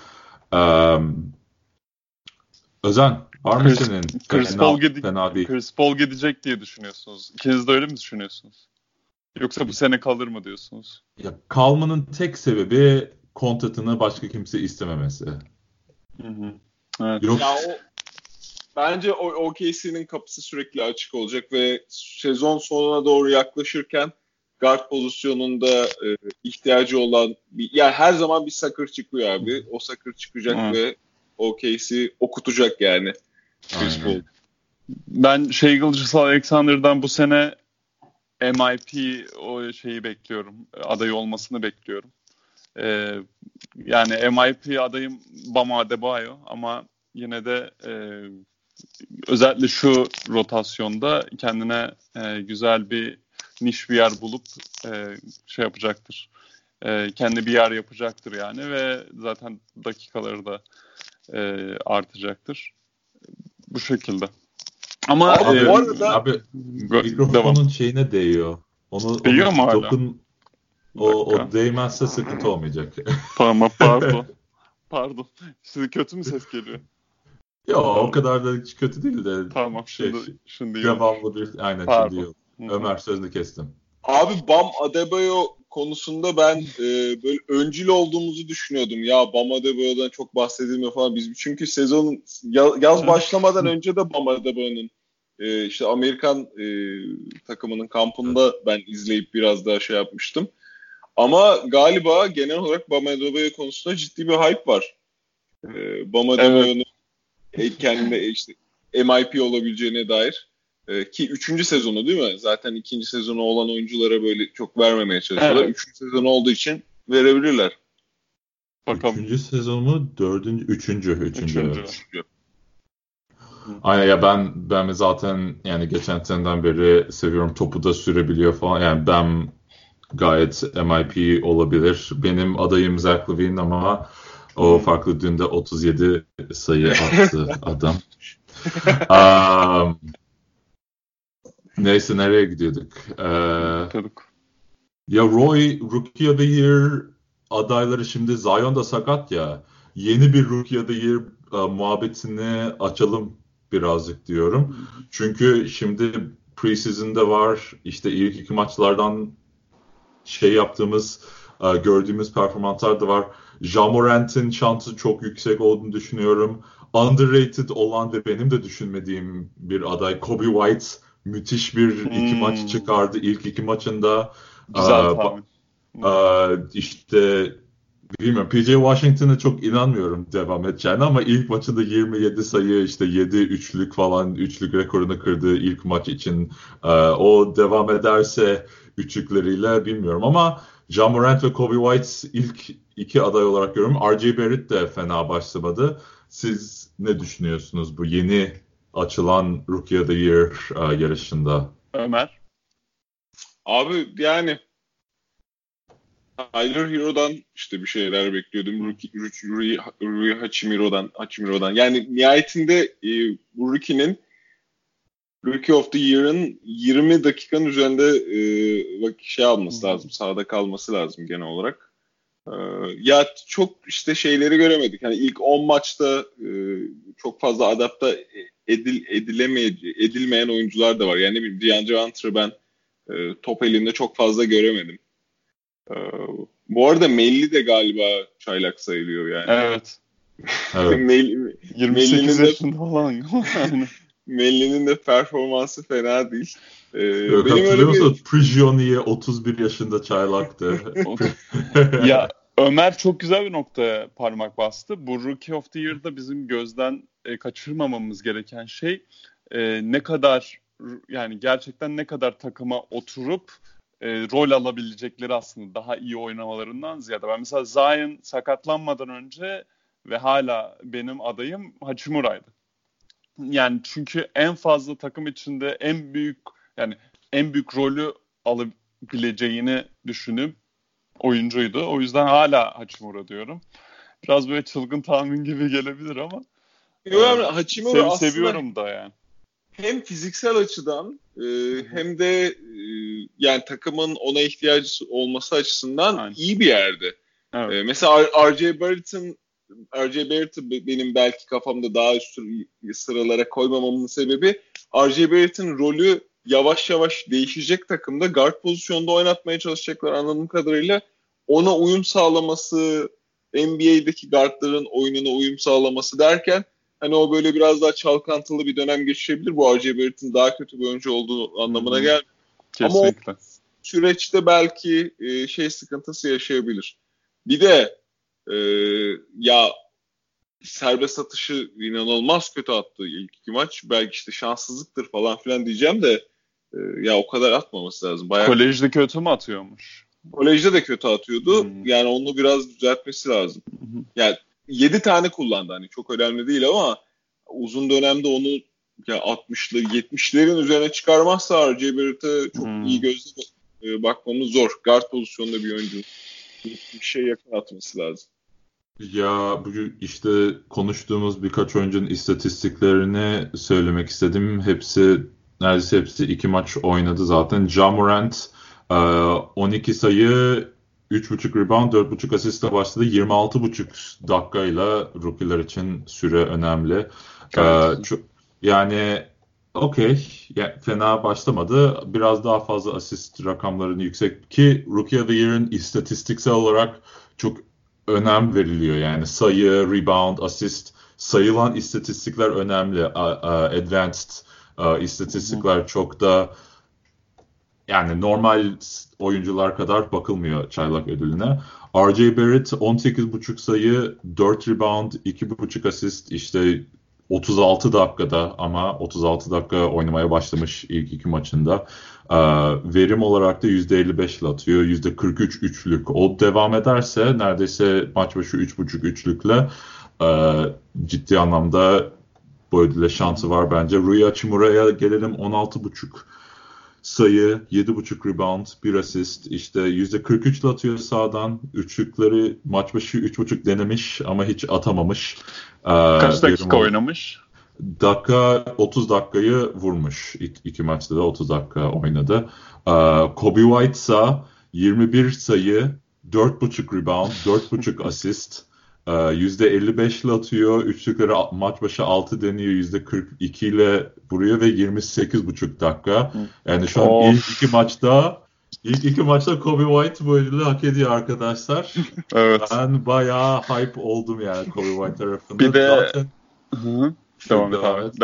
Özen var mı senin? Chris Paul gidecek diye düşünüyorsunuz. İkiniz de öyle mi düşünüyorsunuz? Yoksa bu sene kalır mı diyorsunuz? Ya, kalmanın tek sebebi kontratını başka kimse istememesi. Hı. Evet. Yok. Ya bence OKC'nin kapısı sürekli açık olacak ve sezon sonuna doğru yaklaşırken guard pozisyonunda ihtiyacı olan ya her zaman bir sakır çıkıyor abi. O sakır çıkacak ve OKC okutacak yani. Chris Paul. Ben Shai Gilgeous-Alexander'dan bu sene MIP o şeyi bekliyorum. Aday olmasını bekliyorum. Yani MIP adayım Bam Adebayo ama yine de özellikle şu rotasyonda kendine güzel bir niş bir yer bulup şey yapacaktır. Kendi bir yer yapacaktır yani ve zaten dakikaları da artacaktır. Bu şekilde. Ama bu arada mikrofonun şeyine değiyor. Değiyor mu hala? O değmezse sıkıntı olmayacak. Tamam pardon. Size kötü mü ses geliyor? Yok o kadar da hiç kötü değil de. Tamam şimdi devamlı bir aynen pardon. Şimdi Ömer sözünü kestim. Abi Bam Adebayo konusunda ben böyle öncül olduğumuzu düşünüyordum. Ya Bam Adebayo'dan çok bahsedilmiyor falan biz. Çünkü sezonun yaz başlamadan önce de Bam Adebayo'nun işte Amerikan takımının kampında ben izleyip biraz daha şey yapmıştım. Ama galiba genel olarak Bam Adebayo konusunda ciddi bir hype var. Bam Adebayo'nun kendine işte MIP olabileceğine dair. Ki 3. sezonu değil mi? Zaten 2. sezonu olan oyunculara böyle çok vermemeye çalışıyorlar. 3. sezonu olduğu için verebilirler. Bakalım. 3. sezon mu? 4. 3. 3. Aynen ya ben zaten yani geçen seneden beri seviyorum. Topu da sürebiliyor falan. Yani ben gayet MIP olabilir. Benim adayım Zach LaVine ama o farklı dün de 37 sayı attı adam. Neyse nereye gidiyorduk? Ya Roy Rookie of the Year adayları şimdi Zion da sakat ya. Yeni bir Rookie of the Year muhabbetini açalım birazcık diyorum. Çünkü şimdi preseason'da var. İşte ilk 2 maçlardan gördüğümüz performanslar da var. Ja Morant'in şansı çok yüksek olduğunu düşünüyorum. Underrated olan ve benim de düşünmediğim bir aday Kobe White müthiş bir 2 maç çıkardı ilk 2 maçında. Güzel tahmin. İşte bilmiyorum PJ Washington'a çok inanmıyorum devam edeceğine ama ilk maçında 27 sayı işte 7 üçlük falan üçlük rekorunu kırdığı ilk maç için o devam ederse üçlükleriyle bilmiyorum ama Ja Morant ve Kobe White ilk 2 aday olarak görüyorum. R.J. Barrett de fena başlamadı. Siz ne düşünüyorsunuz bu yeni açılan Rookie of the Year yarışında? Ömer? Abi yani Tyler Hero'dan işte bir şeyler bekliyordum. Rui Hachimiro'dan. Yani nihayetinde bu Rookie of the Year'ın 20 dakikanın üzerinde alması lazım. Sahada kalması lazım genel olarak. Ya çok işte şeyleri göremedik. Hani ilk 10 maçta çok fazla adapte edilmeyen oyuncular da var. Yani bir DeAndre Hunter'ı ben top elinde çok fazla göremedim. Bu arada Melli de galiba çaylak sayılıyor yani. Evet. 28 yaşında falan. Melli'nin de performansı fena değil. Benim öyle bir... Prigioni'ye 31 yaşında çaylaktı. Ya Ömer çok güzel bir noktaya parmak bastı. Bu Rookie of the Year'da bizim gözden kaçırmamamız gereken şey ne kadar yani gerçekten ne kadar takıma oturup rol alabilecekleri aslında daha iyi oynamalarından ziyade. Ben mesela Zion sakatlanmadan önce ve hala benim adayım Hachimura'ydı. Yani çünkü en fazla takım içinde en büyük rolü alabileceğini düşünüp oyuncuydu. O yüzden hala Hachimura diyorum. Biraz böyle çılgın tahmin gibi gelebilir ama Hachimura aslında seviyorum da yani. hem fiziksel açıdan hem de yani takımın ona ihtiyacı olması açısından Aynen. iyi bir yerde. Evet. Mesela R.J. Barrett'ı benim belki kafamda daha üst sıralara koymamamın sebebi R.J. Barrett'ın rolü yavaş yavaş değişecek takımda. Guard pozisyonda oynatmaya çalışacaklar anladığım kadarıyla. Ona uyum sağlaması, NBA'deki guardların oyununa uyum sağlaması derken hani o böyle biraz daha çalkantılı bir dönem geçirebilir. Bu R.J. Barrett'ın daha kötü bir oyuncu olduğu anlamına gelmiyor. Kesinlikle. Ama o süreçte belki sıkıntısı yaşayabilir. Bir de ya serbest atışı inanılmaz kötü attı ilk iki maç. Belki işte şanssızlıktır falan filan diyeceğim de ya o kadar atmaması lazım. Bayağı Kolejde kötü mü atıyormuş? Kolejde de kötü atıyordu. Yani onu biraz düzeltmesi lazım. Yani 7 tane kullandı. Hani çok önemli değil ama uzun dönemde onu ya 60'lı 70'lerin üzerine çıkarmazsa R.J. Barrett'e çok iyi gözle bakmamız zor. Guard pozisyonunda bir oyuncu bir şey yakın atması lazım. Ya bugün işte konuştuğumuz birkaç oyuncunun istatistiklerini söylemek istedim. Neredeyse hepsi 2 maç oynadı zaten. Ja Morant 12 sayı, 3.5 rebound, 4.5 asistle başladı. 26.5 dakikayla rookie'ler için süre önemli. Yani okey. Yani fena başlamadı. Biraz daha fazla asist rakamlarını yüksek ki Rookie of the Year'ın istatistiksel olarak çok önem veriliyor. Yani sayı, rebound, asist, sayılan istatistikler önemli. Advanced istatistikler çok da yani normal oyuncular kadar bakılmıyor çaylak ödülüne. R.J. Barrett 18.5 sayı, 4 rebound, 2.5 asist işte 36 dakikada ama 36 dakika oynamaya başlamış ilk iki maçında. Verim olarak da %55 ile atıyor. %43 üçlük. O devam ederse neredeyse maç başı 3.5 üçlükle ciddi anlamda bu ödüle şansı var bence. Rui Hachimura'ya gelelim. 16.5 sayı, 7.5 rebound, 1 asist. İşte %43 ile atıyor sağdan. Üçlükleri maç başı 3.5 denemiş ama hiç atamamış. Kaç dakika oynamış? 30 dakikayı vurmuş. İki maçta da 30 dakika oynadı. Kobe White ise 21 sayı, 4.5 rebound, 4.5 asist. %55 ile atıyor. Üçlükleri maç başı 6 deniyor. %42 ile vuruyor ve 28.5 dakika. Yani şu an ilk iki maçta Kobe White bu ödülü hak ediyor arkadaşlar. Evet. Ben bayağı hype oldum yani Kobe White tarafında. Bir de zaten... Devam et.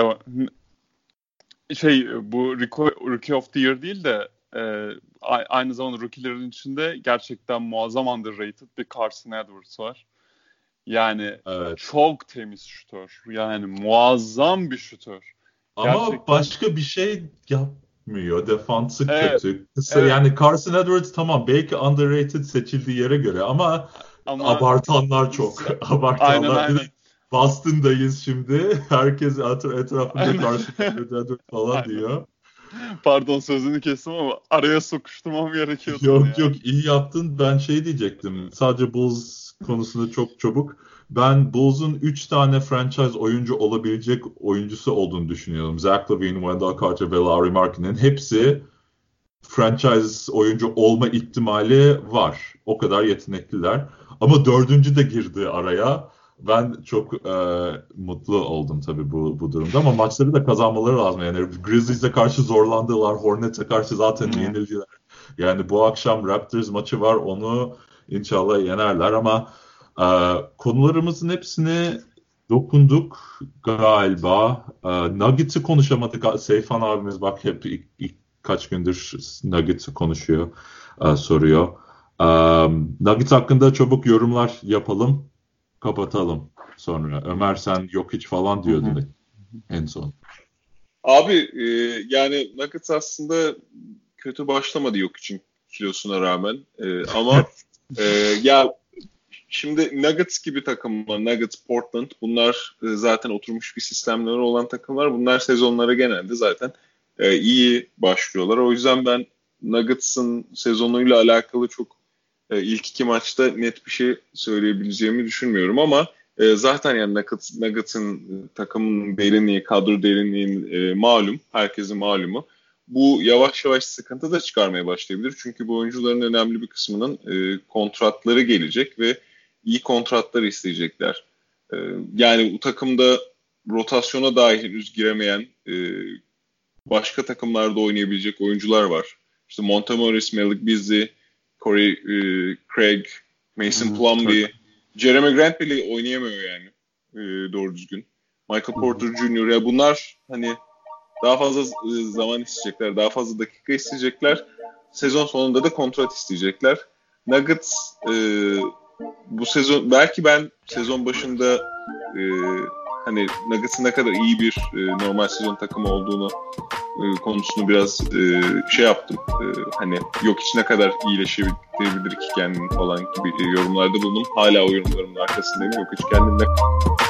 Bu Rookie of the Year değil de aynı zamanda rookie'lerin içinde gerçekten muazzam underrated bir Carson Edwards var. Yani çok temiz şutör. Yani muazzam bir şutör. Ama gerçekten... başka bir şey yapmıyor. Defansı kötü. Yani Carson Edwards tamam belki underrated seçildiği yere göre ama abartanlar çok. Aynen. Boston'dayız şimdi. Herkes etrafında Carson Edwards falan diyor. Pardon sözünü kestim ama araya sokuşturmam gerekiyordu. Yok iyi yaptın. Ben diyecektim. Sadece Bulls konusunda çok çabuk. Ben Bulls'un 3 tane franchise oyuncu olabilecek oyuncusu olduğunu düşünüyorum. Zach LaVine, Wendell Carter ve Lauri Markkanen hepsi franchise oyuncu olma ihtimali var. O kadar yetenekliler. Ama dördüncü de girdi araya. Ben çok mutlu oldum tabii bu durumda ama maçları da kazanmaları lazım. Yani Grizzlies'e karşı zorlandılar, Hornets'e karşı zaten yenildiler. Yani bu akşam Raptors maçı var, onu inşallah yenerler ama konularımızın hepsine dokunduk galiba. Nuggets'ı konuşamadık. Seyfan abimiz bak hep kaç gündür Nuggets'ı konuşuyor, soruyor. Nuggets hakkında çabuk yorumlar yapalım. Kapatalım sonra. Ömer sen yok hiç falan diyordun en son. Abi yani Nuggets aslında kötü başlamadı yok için kilosuna rağmen. Ama ya şimdi Nuggets gibi takımlar, Nuggets, Portland bunlar zaten oturmuş bir sistemleri olan takımlar. Bunlar sezonlara genelde zaten iyi başlıyorlar. O yüzden ben Nuggets'ın sezonuyla alakalı çok ilk iki maçta net bir şey söyleyebileceğimi düşünmüyorum ama Zaten yani Nuggets'ın takımın derinliği, kadro derinliğinin malum. Herkesin malumu. Bu yavaş yavaş sıkıntı da çıkarmaya başlayabilir. Çünkü bu oyuncuların önemli bir kısmının kontratları gelecek ve iyi kontratlar isteyecekler. Yani bu takımda rotasyona dahi henüz giremeyen başka takımlarda oynayabilecek oyuncular var. İşte Montemoris, Malik Beasley, Corey Craig, Mason Plumlee, Jeremy Grant bile oynayamıyor yani doğru düzgün. Michael Porter Jr. Ya bunlar hani daha fazla zaman isteyecekler, daha fazla dakika isteyecekler. Sezon sonunda da kontrat isteyecekler. Nuggets bu sezon belki ben sezon başında hani Nuggets'ın ne kadar iyi bir normal sezon takımı olduğunu konusunu biraz şey yaptım. Hani yok hiç ne kadar iyileşebilir ki kendini falan gibi yorumlarda bulundum. Hala o yorumlarımın arkasındayım. Yok hiç kendini